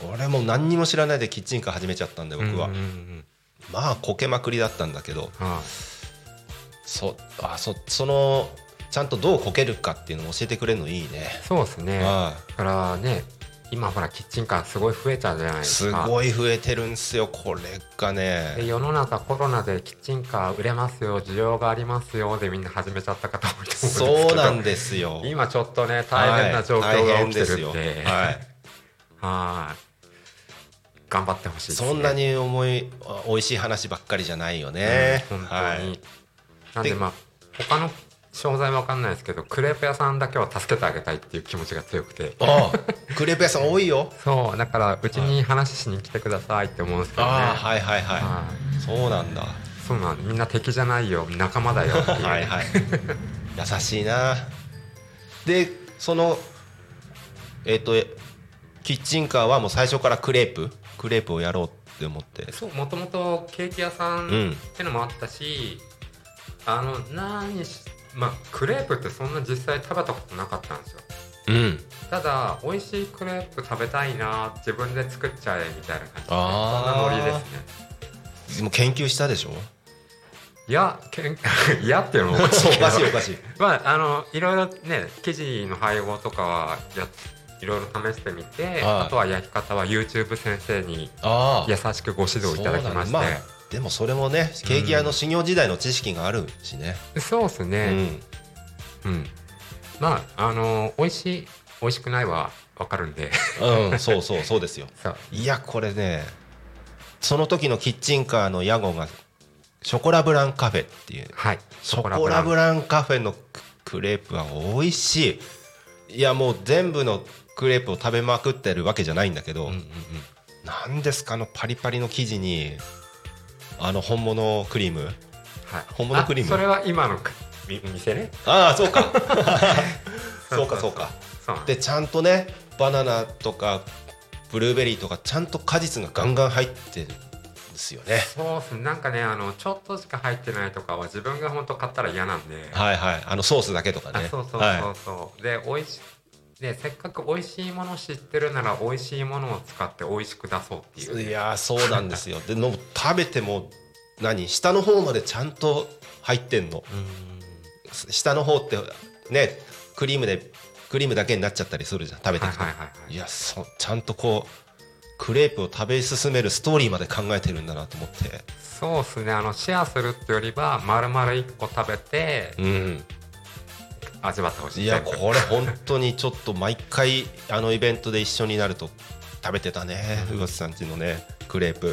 俺も何にも知らないでキッチンカー始めちゃったんで僕は、うんうんうん、まあこけまくりだったんだけど、はあ、そ, あ そ, そのちゃんとどうこけるかっていうのを教えてくれるのいいね。 そうですね、はあ、だからね今ほらキッチンカーすごい増えたじゃないですか。 すごい増えてるんですよこれがね。 で世の中コロナでキッチンカー売れますよ需要がありますよでみんな始めちゃった方もいると思うんですけど、 そうなんですよ今ちょっとね大変な状況が起きてるんで、はい、はい頑張ってほしいですね。 そんなに重い美味しい話ばっかりじゃないよね、 うん、本当に、はい、なんでまあ他の商材わかんないですけどクレープ屋さんだけは助けてあげたいっていう気持ちが強くて。 ああクレープ屋さん多いよそうだからうちに話しに来てくださいって思うんですけどね。 あはいはいはい、はい、そうなんだ。 そうなんみんな敵じゃないよ仲間だよっていうはい、はい、 優しいな。でそのえっ、ー、とキッチンカーはもう最初からクレープクレープをやろうって思って。 そうもともとケーキ屋さんってのもあったし、うん、あの何しまあ、クレープってそんな実際食べたことなかったんですよ、うん、ただ美味しいクレープ食べたいな自分で作っちゃえみたいな感じでそんなノリですね。 でも研究したでしょ？ いやけんいやっていうのもおかしいけどおかしいおかしいまああのいろいろね生地の配合とかはやいろいろ試してみて あ, あとは焼き方は YouTube 先生に優しくご指導いただきまして、 でもそれもねケーキ屋の修行時代の知識があるしね、 うん、そうですね、うん、うん、まああのー、美味しい美味しくないは分かるんでうんそうそうそうですよいやこれねその時のキッチンカーの屋号がショコラブランカフェっていう、はい、ショコラブランカフェのクレープは美味しい。いやもう全部のクレープを食べまくってるわけじゃないんだけど、うんうんうん、なんですかあのパリパリの生地にあの本物クリーム、はい、本物クリームそれは今の店ね。 ああそうかそうかそうかでちゃんとねバナナとかブルーベリーとかちゃんと果実がガンガン入ってるんですよね。 そうっすなんかねあのちょっとしか入ってないとかは自分が本当買ったら嫌なんで、 はいはいあのソースだけとかね。 そうそうそうそう、はい、で美味しでせっかく美味しいもの知ってるなら美味しいものを使って美味しく出そうっていう、ね、 いやそうなんですよでの食べても何下の方までちゃんと入ってんの。うん下の方ってねクリームでクリームだけになっちゃったりするじゃん食べていくと、はいはいはいはい、いやそちゃんとこうクレープを食べ進めるストーリーまで考えてるんだなと思って。 そうですねあのシェアするってよりは丸々いっこ食べて、うん、味わってほしい。 いやこれ本当にちょっと毎回あのイベントで一緒になると食べてたね宇賀さんちのねクレープ。 あ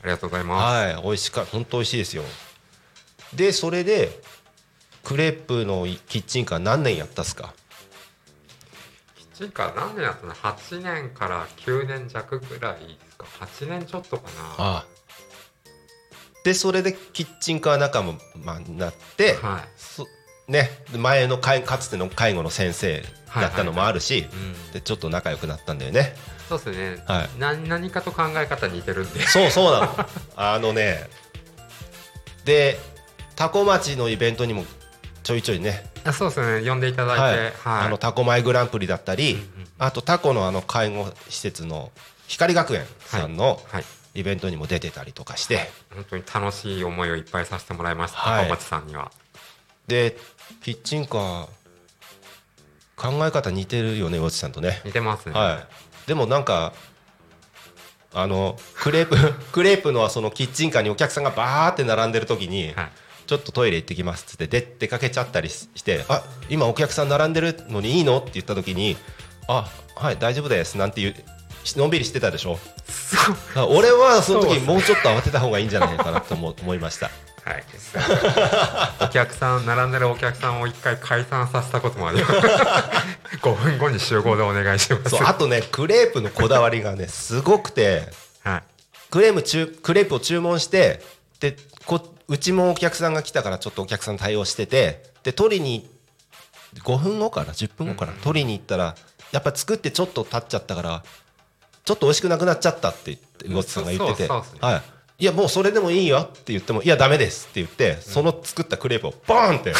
りがとうございます。 はい、美味しか本当美味しいですよ。でそれでクレープのキッチンカー何年やったっすか？ キッチンカー何年やったの？はちねんからきゅうねん弱ぐらいですか。はちねんちょっとかな。ああ。 でそれでキッチンカー仲間になって、はい、そね、前のかつての介護の先生だったのもあるし、はいはいはい、うん、でちょっと仲良くなったんだよね。 そうですね、はい、何, 何かと考え方似てるんで。 そうそうなのあのね、でタコ町のイベントにもちょいちょいね、 あ、そうですね、呼んでいただいて、はいはい、 あのタコマイグランプリだったり、うんうん、あとタコのあの介護施設の光学園さんのイベントにも出てたりとかして、はいはい、 本当に楽しい思いをいっぱいさせてもらいました、はい、タコ町さんには。 でキッチンカー考え方似てるよね、ウォッチさんとね。 似てますね、 はい、でもなんかあのクレープクレープのそのキッチンカーにお客さんがバーって並んでる時に、はい、ちょっとトイレ行ってきますっつって出出かけちゃったりして、あ、今お客さん並んでるのにいいのって言った時に、あ、はい大丈夫ですなんていうのんびりしてたでしょ。俺はその時もうちょっと慌てた方がいいんじゃないかなと思いました。 はい、お客さん並んでるお客さんを一回解散させたこともありますごふんごに集合でお願いします。 そう、あとねクレープのこだわりがねすごくて、はい、クレーム中クレープを注文して、でこうちもお客さんが来たからちょっとお客さん対応してて、で取りにごふんごかなじゅっぷんごかな、うん、取りに行ったらやっぱ作ってちょっと経っちゃったからちょっと美味しくなくなっちゃったって言って魚津さんが言ってて、そうそうそうそう、はい、いやもうそれでもいいよって言っても、いやダメですって言って、うん、その作ったクレープをボーンって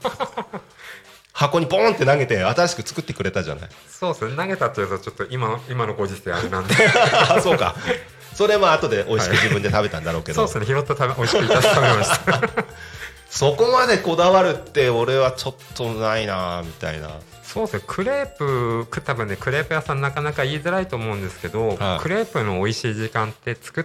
箱にボーンって投げて新しく作ってくれたじゃない。 そうですね、投げたっていうとちょっと今の今のご時世あれなんであ、そうか、それは後で美味しく自分で食べたんだろうけど、 はい、そうですね、拾った食べ美味しくいただきましたそこまでこだわるって俺はちょっとないなみたいな。 そうですね、クレープ多分ねクレープ屋さんなかなか言いづらいと思うんですけど、はい、クレープの美味しい時間って作って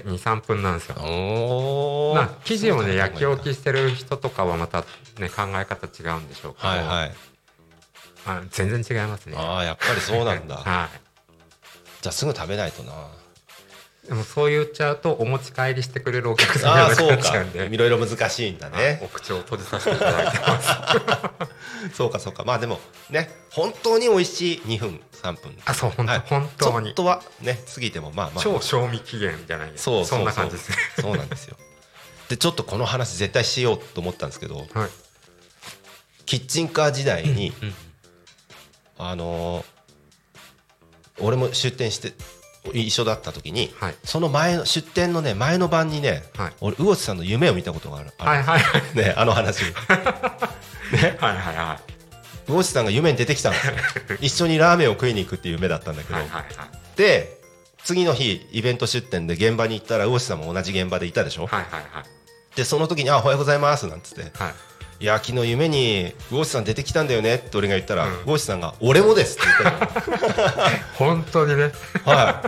にさんぷんなんですよ。お、まあ、生地をね焼き置きしてる人とかはまた、ね、考え方違うんでしょうけど、はいはい、あ、全然違いますね。 あ、やっぱりそうなんだ、はい、じゃあすぐ食べないとな。 でもそう言っちゃうとお持ち帰りしてくれるお客さんがなくなっちゃうんで、 いろいろ難しいんだね。 お口を閉じさせていただいてますそうかそうか、まあでもね本当に美味しいにふんさんぷん、 あ、そう本当、はい、本当にちょっとはね過ぎてもまあまあ超賞味期限じゃないですか。そうそうそう、そんな感じですねそうなんですよ。でちょっとこの話絶対しようと思ったんですけど、はい、キッチンカー時代に、うんうん、あのー、俺も出店して一緒だった時に、はい、その前の出店のね前の晩にね、はい、俺魚津さんの夢を見たことがある、 はいはいはい、 ね、あの話ねはいはいはい、 魚津さんが夢に出てきたんですよ一緒にラーメンを食いに行くっていう夢だったんだけど、はいはいはい、で次の日イベント出店で現場に行ったら魚津さんも同じ現場でいたでしょ、はいはいはい、でその時にあおはようございますなんつって、はい、いや昨日夢に魚津さん出てきたんだよねって俺が言ったら、うん、魚津さんが俺もですって言った本当にね、 はい、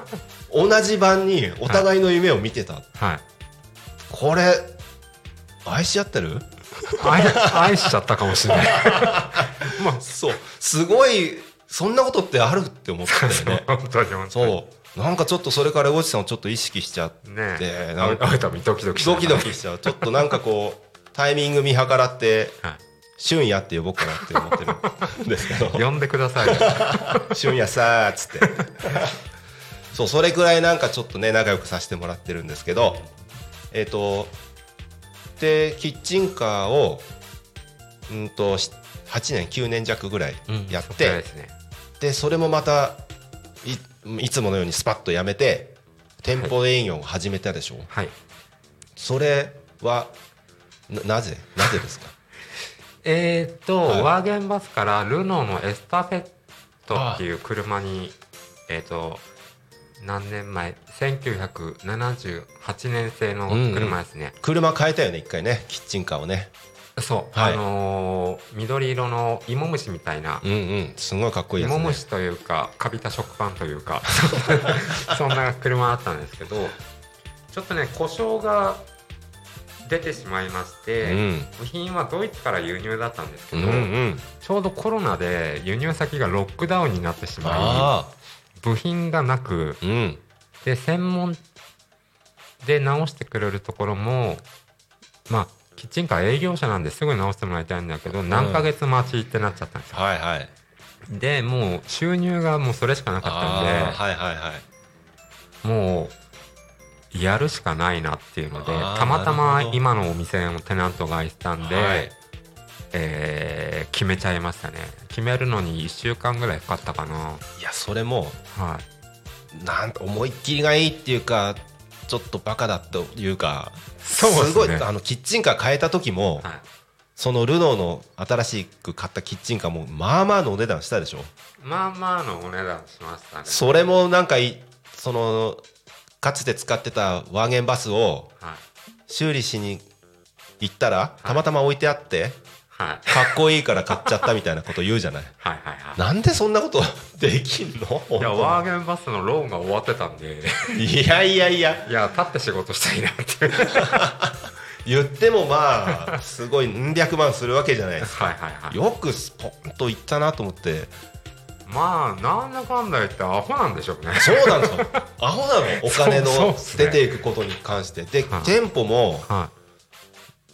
同じ晩にお互いの夢を見てた、はい、これ愛し合ってる愛, 愛しちゃったかもしれないまあそうすごいそんなことってあるって思ったんだよね本当に本当にそうなんかちょっとそれから魚津さんをちょっと意識しちゃって、ね、 なんかドキドキしちゃうドキドキしちゃうちょっとなんかこうタイミング見計らって、はい、俊也って呼ぼうかなって思ってるんですけど呼んでください俊也さーっつってそうそれくらいなんかちょっとね仲良くさせてもらってるんですけど、えっとでキッチンカーをうんとはちねんきゅうねん弱ぐらいやって、うん、ですね、でそれもまた い, いつものようにスパッとやめて店舗営業を始めたでしょ、はい、それは な, なぜなぜですかえっと、はい、ワーゲンバスからルノーのエスタフェットっていう車にえっと何年前せんきゅうひゃくななじゅうはちねん製の車ですね、 うんうん、車変えたよね一回ねキッチンカーをね。 そう、はい、あのー、緑色の芋虫みたいな、 うんうん、すごいかっこいいやつね。 芋虫というかカビた食パンというかそんな車あったんですけどちょっとね故障が出てしまいまして、うん、部品はドイツから輸入だったんですけど、うんうん、ちょうどコロナで輸入先がロックダウンになってしまい部品がなく、うん、で専門で直してくれるところもまあキッチンカー営業者なんですぐ直してもらいたいんだけど、何ヶ月待ちってなっちゃったんですよ、 うん、はいはい。 でもう収入がもうそれしかなかったんで、 はいはいはい、 もうやるしかないなっていうので、たまたま今のお店のテナントが空いてたんで、はい、えー、決めちゃいましたね。決めるのにいっしゅうかんぐらいかかったかな。 いやそれも、 はい、 なん思いっきりがいいっていうかちょっとバカだというか、 そうですね、 すごいあのキッチンカー変えた時も、はい、そのルノーの新しく買ったキッチンカーもまあまあのお値段したでしょ。 まあまあのお値段しましたね。 それもなんかいそのかつて使ってたワーゲンバスを修理しに行ったらたまたま置いてあって、はい、かっこいいから買っちゃったみたいなこと言うじゃない。 はいはいはい。 なんでそんなことできんの？ いやワーゲンバスのローンが終わってたんでいやいやいやいや立って仕事したいなって言ってもまあすごい何百万するわけじゃないですか。 はいはいはい。 よくスポンといったなと思って。 まあなんだかんだ言ってアホなんでしょうね。 そうなんですよ。アホなのお金の出ていくことに関してで、はい、店舗も、はい、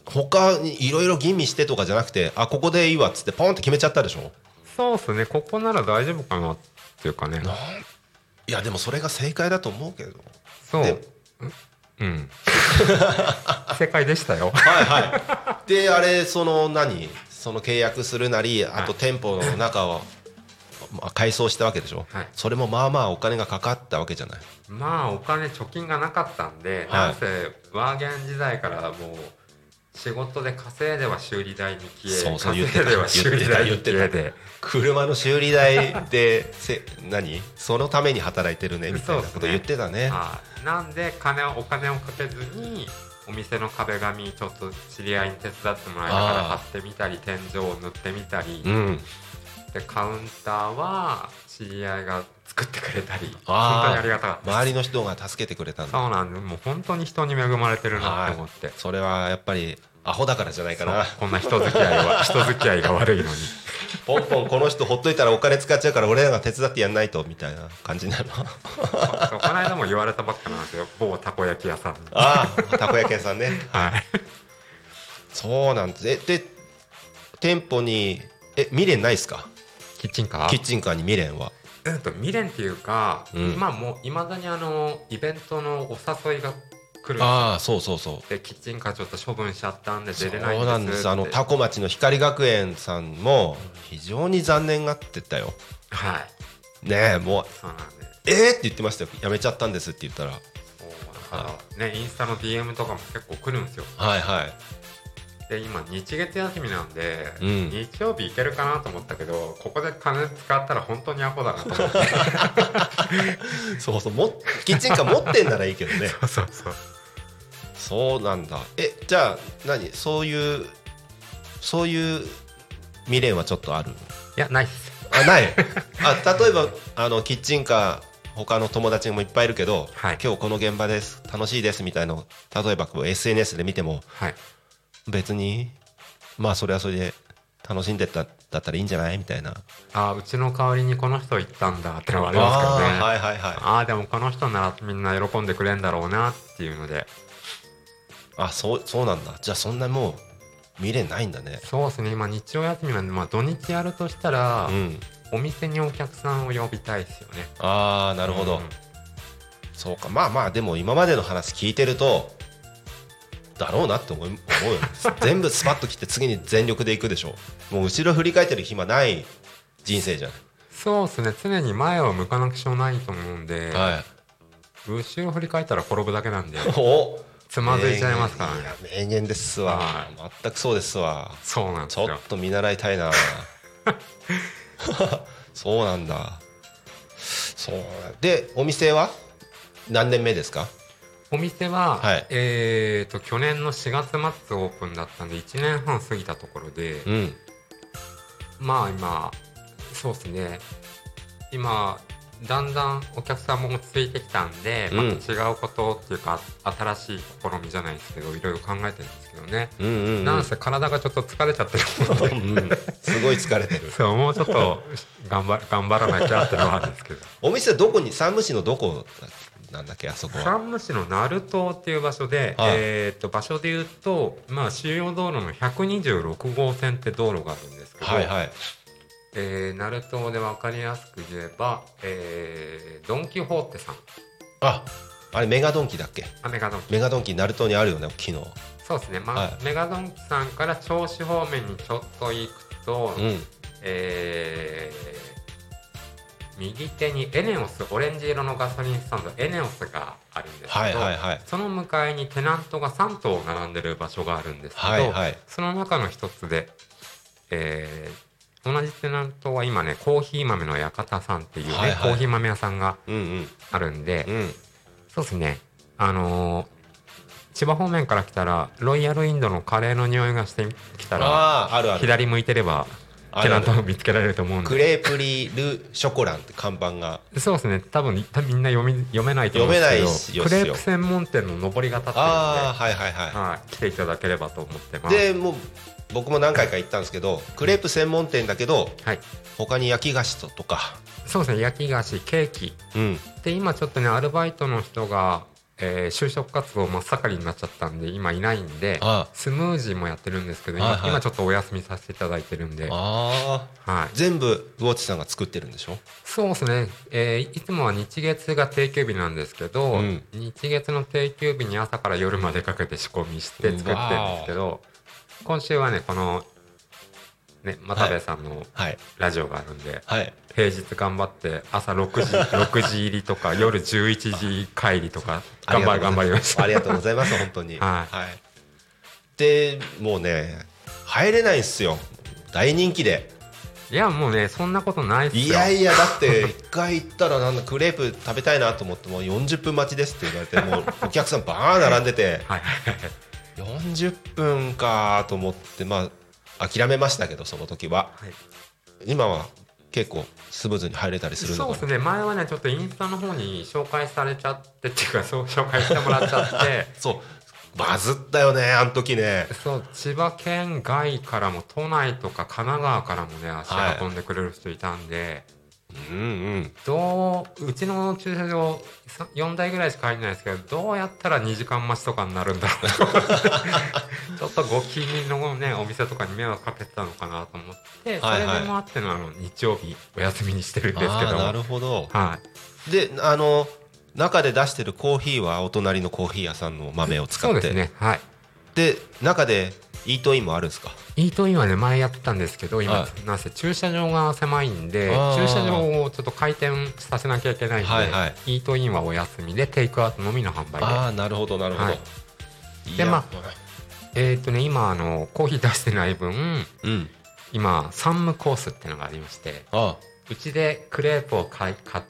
他にいろいろ吟味してとかじゃなくて、あここでいいわっつってポンって決めちゃったでしょ。 そうですね、ここなら大丈夫かなっていうかね。 いやでもそれが正解だと思うけど。 そううん正解でしたよはいはい。であれその何その契約するなりあと店舗の中をまあ、改装したわけでしょ、はい、それもまあまあお金がかかったわけじゃない。 まあお金貯金がなかったんで、はい、なんせワーゲン時代からもう仕事で稼いでは修理代に消え、 そうそう稼いでは修理代に消えで車の修理代でせ何そのために働いてるねみたいなこと言ってたね。 あなんで金お金をかけずにお店の壁紙ちょっと知り合いに手伝ってもらいながら貼ってみたり天井を塗ってみたり、うんでカウンターは知り合いが作ってくれたり本当にありがたかった。 周りの人が助けてくれたんだ。 そうなんでもう本当に人に恵まれてるなって思って、 それはやっぱりアホだからじゃないかな。 こんな人付き合いは人付き合いが悪いのにポンポンこの人ほっといたらお金使っちゃうから俺らが手伝ってやんないとみたいな感じになるのこの間も言われたばっかなんですよ、某たこ焼き屋さんに。 ああたこ焼き屋さんねはいそうなんです。えで店舗にえ未練ないですか？ キッチンカーキッチンカーに未練は、 えっと、未練っていうか、うん、今もういまだにあのイベントのお誘いが来るんですよ。 ああそうそうそう。 でキッチンカーちょっと処分しちゃったんで出れないんです。 そうなんです。あのタコ町の光学園さんも非常に残念がってたよ。 はいねえもうそうなんです。 えーって言ってましたよ。やめちゃったんですって言ったら。 そうだからねインスタの ディーエム とかも結構来るんですよ。 はいはいで今日月休みなんで、うん、日曜日行けるかなと思ったけどここで金使ったら本当にアホだなと思ってそうそうもキッチンカー持ってんならいいけどねそうそうそうそうなんだ。えじゃあ何そういうそういう未練はちょっとある？いやないっす。 あないあ例えばあのキッチンカー他の友達もいっぱいいるけど、はい、今日この現場です楽しいですみたいなの例えばこう エスエヌエス で見ても、はい別にまあそれはそれで楽しんでただったらいいんじゃないみたいな。 あうちの代わりにこの人行ったんだってのはありますけどね。 あ、はいはいはい、 あでもこの人ならみんな喜んでくれんだろうなっていうので。 あそうそうなんだ。じゃあそんなもう未練ないんだね。 そうですね今日曜休みなんで、まあ、土日やるとしたら、うん、お店にお客さんを呼びたいですよね。 ああなるほど、うん、そうかまあまあでも今までの話聞いてるとだろうなって思う思うよ全部スパッと切って次に全力でいくでしょ。もう後ろ振り返ってる暇ない人生じゃん。 そうですね常に前を向かなくちゃないと思うんで、はい、後ろ振り返ったら転ぶだけなんでおつまずいちゃいますからね。いや名言ですわ、はい、全くそうですわ。 そうなんですよ。 ちょっと見習いたいなそうなんだ。そうでお店は何年目ですか？ お店は、はい、えー、と去年のしがつ末オープンだったんでいちねんはん過ぎたところで、うん、まあ今そうですね今だんだんお客さんも落ち着いてきたんで、うん、また違うことっていうか新しい試みじゃないですけどいろいろ考えてるんですけどね、うんうんうん、なんせ体がちょっと疲れちゃってるので、うん、 すごい疲れてるそうもうちょっと頑張頑張らなきゃってのはあるんですけどお店どこに山武市のどこなんだっけあそこは。 山武市の鳴門っていう場所で、はい、えー、と場所でいうと、まあ、主要道路のひゃくにじゅうろくごうせんって道路があるんですけど、はいはい、えー、鳴門で分かりやすく言えば、えー、ドン・キホーテさん。 ああれメガドンキだっけ。 あメガドンキメガドンキ鳴門にあるよね昨日。 そうですね、まあはい、メガドンキさんから銚子方面にちょっと行くと、うん、えー、右手にエネオス、オレンジ色のガソリンスタンドエネオスがあるんですけど、はいはいはい、その向かいにテナントがさん棟並んでる場所があるんですけど、はいはい、その中の一つで、えー、同じテナントは今ねコーヒー豆の館さんっていうね、はいはい、コーヒー豆屋さんがあるんで、うんうん、そうですね、あのー千葉方面から来たらロイヤルインドのカレーの匂いがしてきたら、ああるある左向いてればテナントを見つけられると思うんで。 クレープリルショコランって看板が。 そうですね、多分みんな読み読めないと思うんですけど、クレープ専門店の上りが立ってるんで、あ、はいはいはいはい、来ていただければと思ってます。 でもう僕も何回か行ったんですけど、クレープ専門店だけど、はい、他に焼き菓子とか。 そうですね、焼き菓子、ケーキ、うん、で今ちょっとねアルバイトの人がえー、就職活動真っ盛りになっちゃったんで今いないんで、ああスムージーもやってるんですけど 今,、はいはい、今ちょっとお休みさせていただいてるんで、 あ、はい、全部魚地さんが作ってるんでしょ。 そうですね、えー、いつもは日月が定休日なんですけど、うん、日月の定休日に朝から夜までかけて仕込みして作ってるんですけど、今週はねこのね、又部さんのラジオがあるんで、はいはい、平日頑張って朝ろくじろくじ入りとか夜じゅういちじ帰りとか頑張り頑張りました。 ありがとうございます本当に、はいはい、でもうね入れないんですよ、大人気で。 いやもうねそんなことないっすよ。 いやいやだって一回行ったらなんだクレープ食べたいなと思ってもよんじゅっぷん待ちですって言われて、もうお客さんバーン並んでてはいよんじゅっぷんかと思って、まあ諦めましたけどその時は、はい、今は結構スムーズに入れたりするのかな。 そうですね、前はねちょっとインスタの方に紹介されちゃってっていうかそう紹介してもらっちゃってそうバズったよねあの時ね。 そう千葉県外からも都内とか神奈川からもね足運んでくれる人いたんで、はい、うんうん、どううちの駐車場よんだいぐらいしか入んないですけど、どうやったらにじかん待ちとかになるんだろうちょっとご近隣の、ね、お店とかに迷惑かけてたのかなと思って、はいはい、それでもあってのあの日曜日お休みにしてるんですけど。 あ、なるほど、はい、であの中で出してるコーヒーはお隣のコーヒー屋さんの豆を使って。 そうですね、はい、 で中でイートインもあるんですか。 イートインはね前やってたんですけど今、はい、なんせ駐車場が狭いんで駐車場をちょっと回転させなきゃいけないんで、はいはい、イートインはお休みでテイクアウトのみの販売で。 ああなるほどなるほど、はい、 でまあえっとね今あのコーヒー出してない分、うん、今サンムコースっていうのがありまして、ああうちでクレープを買い買って、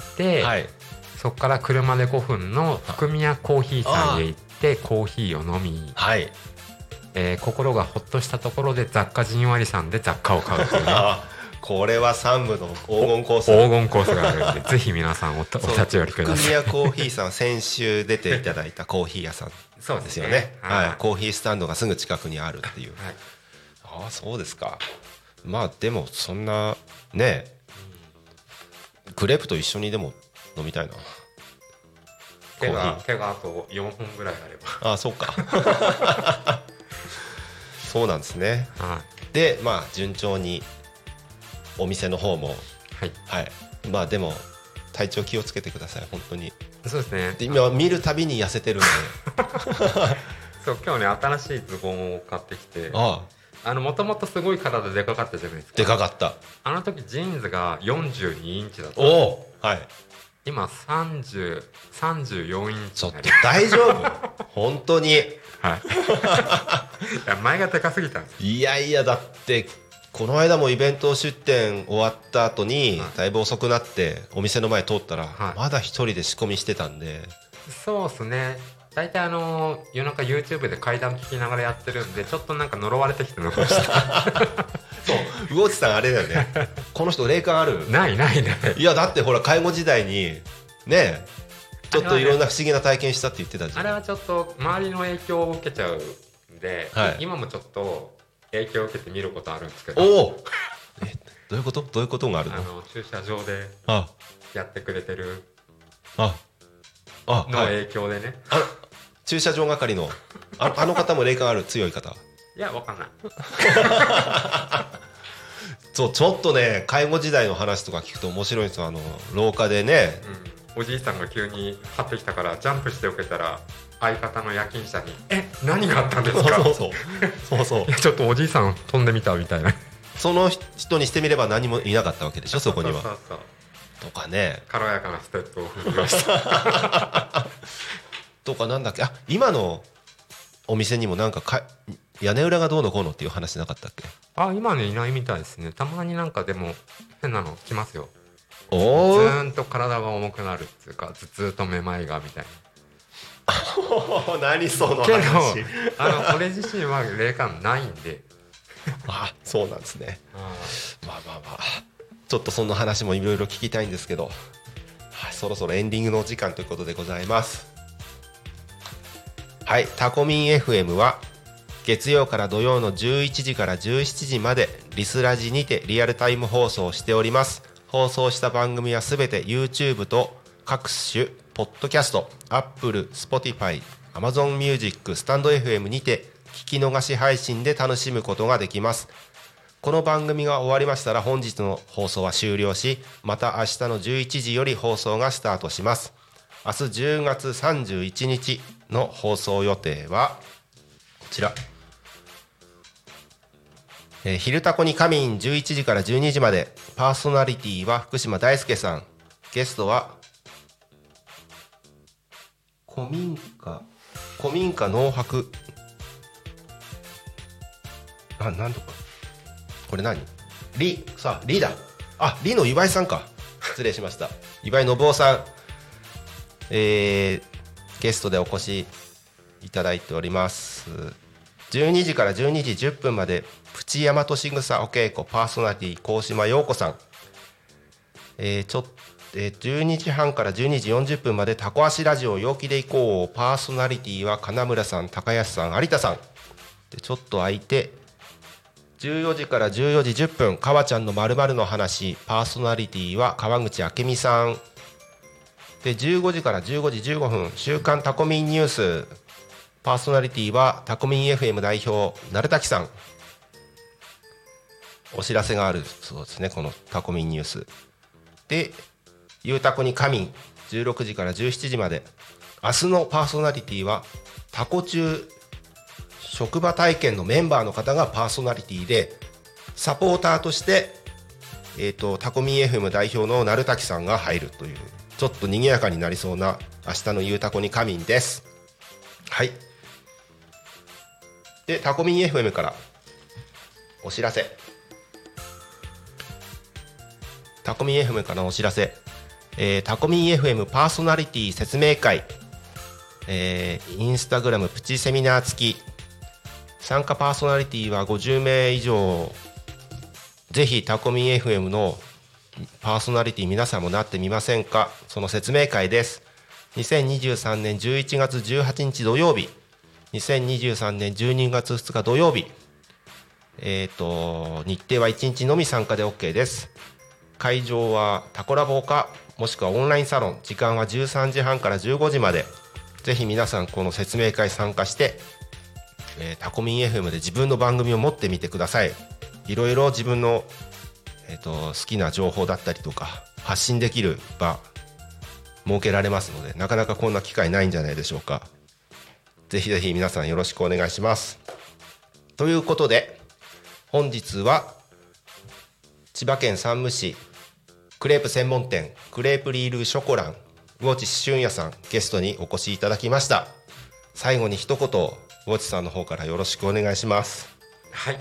はい、そこから車でごふんの福宮コーヒーさんへ行ってコーヒーを飲み、はい、えー、心がほっとしたところで雑貨じんわりさんで雑貨を買うという、ね、 これは三部の黄金コース黄金コースがあるんでぜひ皆さん お, お立ち寄りください。 福宮コーヒーさん先週出ていただいたコーヒー屋さんですよ ね, ね、はいはい、コーヒースタンドがすぐ近くにあるっていう、はい、ああそうですか。まあでもそんなねクレープと一緒にでも飲みたいな。 手が手があとよんほんぐらいあれば。 ああそうかそうなんですね、はい、でまあ順調にお店の方もはい、はい、まあでも体調気をつけてください本当に。 そうですね、 で今見るたびに痩せてるんでそう今日ね新しいズボンを買ってきて、ああもともとすごい体でかかったじゃないですか。 でかかった。 あの時ジーンズがよんじゅうにインチだった。 おお、はい、 今さんじゅう、さんじゅうよんインチ。 ちょっと大丈夫本当に、はい、いや前がでかすぎたんです。 いやいやだってこの間もイベント出店終わった後に、はい、だいぶ遅くなってお店の前通ったら、はい、まだ一人で仕込みしてたんで。 そうですね、大体あのー、夜中 YouTube で怪談聞きながらやってるんでちょっとなんか呪われてきて残したそう魚地さんあれだよねこの人霊感ある。 ないないない。 いやだってほら介護時代にねちょっといろんな不思議な体験したって言ってたじゃん。 あれはちょっと周りの影響を受けちゃうんで、はい、今もちょっと影響を受けて見ることあるんですけど。 おおえどういうことどういうことがあるの。 あの駐車場でやってくれてるああの影響でね、 はい、あ駐車場係の あ, あの方も霊感ある強い方いやわかんないそうちょっとね介護時代の話とか聞くと面白いんですよ。あの廊下でね、 うん、おじいさんが急に張ってきたからジャンプしておけたら相方の夜勤者にえ何があったんですかそうそうそうそうちょっとおじいさん飛んでみたみたいなその人にしてみれば何もいなかったわけでしょそこには。 そうそうそうとかね軽やかなステップを踏みましたとかなんだっけあ今のお店にもなんかか屋根裏がどうのこうのっていう話なかったっけ。 あ今ねいないみたいですね。たまになんかでも変なの来ますよ。 おずーんと体が重くなるっていうか頭痛とめまいがみたいな何その話。 けどあの俺自身は霊感ないんであそうなんですね。あまあまあまあちょっとそんな話もいろいろ聞きたいんですけど、はい、そろそろエンディングのお時間ということでございます。はい、タコミン エフエム は月曜から土曜のじゅういちじからじゅうしちじまでリスラジにてリアルタイム放送しております。放送した番組はすべて YouTube と各種ポッドキャスト、Apple、Spotify、Amazon Music、スタンド エフエム にて聞き逃し配信で楽しむことができます。この番組が終わりましたら本日の放送は終了し、また明日のじゅういちじより放送がスタートします。明日じゅうがつさんじゅういちにちの放送予定はこちら、えー、昼タコに仮眠じゅういちじからじゅうにじまで。パーソナリティは福島大輔さん、ゲストは古民家古民家農泊あなんとかこれ何リさあリだあリの岩井さんか失礼しました岩井信夫さん、えー、ゲストでお越しいただいております。じゅうにじからじゅうにじじゅっぷんまでプチ大和しぐさお稽古パーソナリティ高島陽子さん、えー、ちょっえー、じゅうにじはんからじゅうにじよんじゅっぷんまでタコ足ラジオ陽気でいこうパーソナリティは金村さん高安さん有田さんでちょっと空いてじゅうよじからじゅうよじじゅっぷんかわちゃんの〇〇の話パーソナリティは川口明美さんでじゅうごじからじゅうごじじゅうごふん週刊タコミンニュースパーソナリティはタコミン エフエム 代表鳴滝さん。お知らせがあるそうですねこのタコミンニュースでゆうたこに仮眠じゅうろくじからじゅうしちじまで。明日のパーソナリティはタコ中職場体験のメンバーの方がパーソナリティでサポーターとして、えーと、タコミン エフエム 代表の鳴滝さんが入るというちょっと賑やかになりそうな明日のゆうたこに仮眠です。はい。でタコミン エフエム からお知らせタコミン エフエム からのお知らせ、えー、タコミン エフエム パーソナリティ説明会、えー、インスタグラムプチセミナー付き参加パーソナリティはごじゅうめい以上。ぜひタコミン エフエム のパーソナリティ皆さんもなってみませんか。その説明会です。にせんにじゅうさんねんじゅういちがつじゅうはちにち土曜日、にせんにじゅうさんねんじゅうにがつふつか土曜日、えーと日程はいちにちのみ参加で OK です。会場はタコラボかもしくはオンラインサロン、時間はじゅうさんじはんからじゅうごじまで。ぜひ皆さんこの説明会参加して、えー、タコミン エフエム で自分の番組を持ってみてください。いろいろ自分の、えーと、好きな情報だったりとか発信できる場設けられますので、なかなかこんな機会ないんじゃないでしょうか。ぜひぜひ皆さんよろしくお願いします。ということで本日は千葉県山武市クレープ専門店クレープリールショコラン魚地俊也さんゲストにお越しいただきました。最後に一言魚地さんの方からよろしくお願いします。 はい、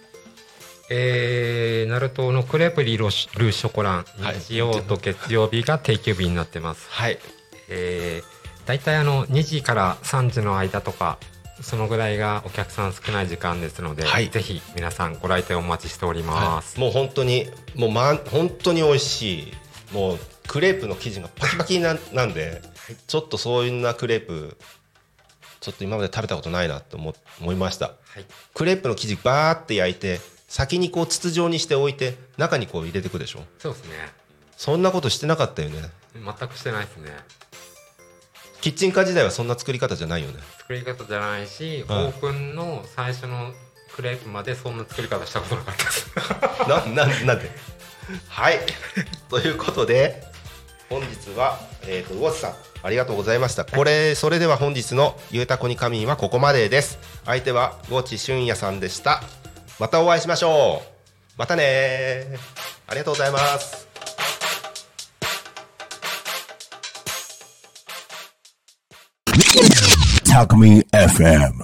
えー、ナルトのクレープリールショコラン、はい、日曜と月曜日が定休日になってます。 はい、 えー、だいたいあのにじからさんじの間とかそのぐらいがお客さん少ない時間ですので、はい、ぜひ皆さんご来店お待ちしております。 はい、もう本当にもう、ま、本当に美味しい。もうクレープの生地がパキパキ な, なんで、はい、ちょっとそういうなクレープちょっと今まで食べたことないなと 思, 思いました。はい、クレープの生地バーって焼いて先にこう筒状にしておいて中にこう入れていくでしょ。 そうですね。 そんなことしてなかったよね。 全くしてないですね。 キッチンカー時代はそんな作り方じゃないよね。 作り方じゃないし、うん、オープンの最初のクレープまでそんな作り方したことなかったですな, な, なんではいということで本日は、えーと、魚津さんありがとうございました。これそれでは本日のゆうたこに仮眠はここまでです。相手は魚津俊也さんでした。またお会いしましょう。またね。ありがとうございます。 タコミン エフエム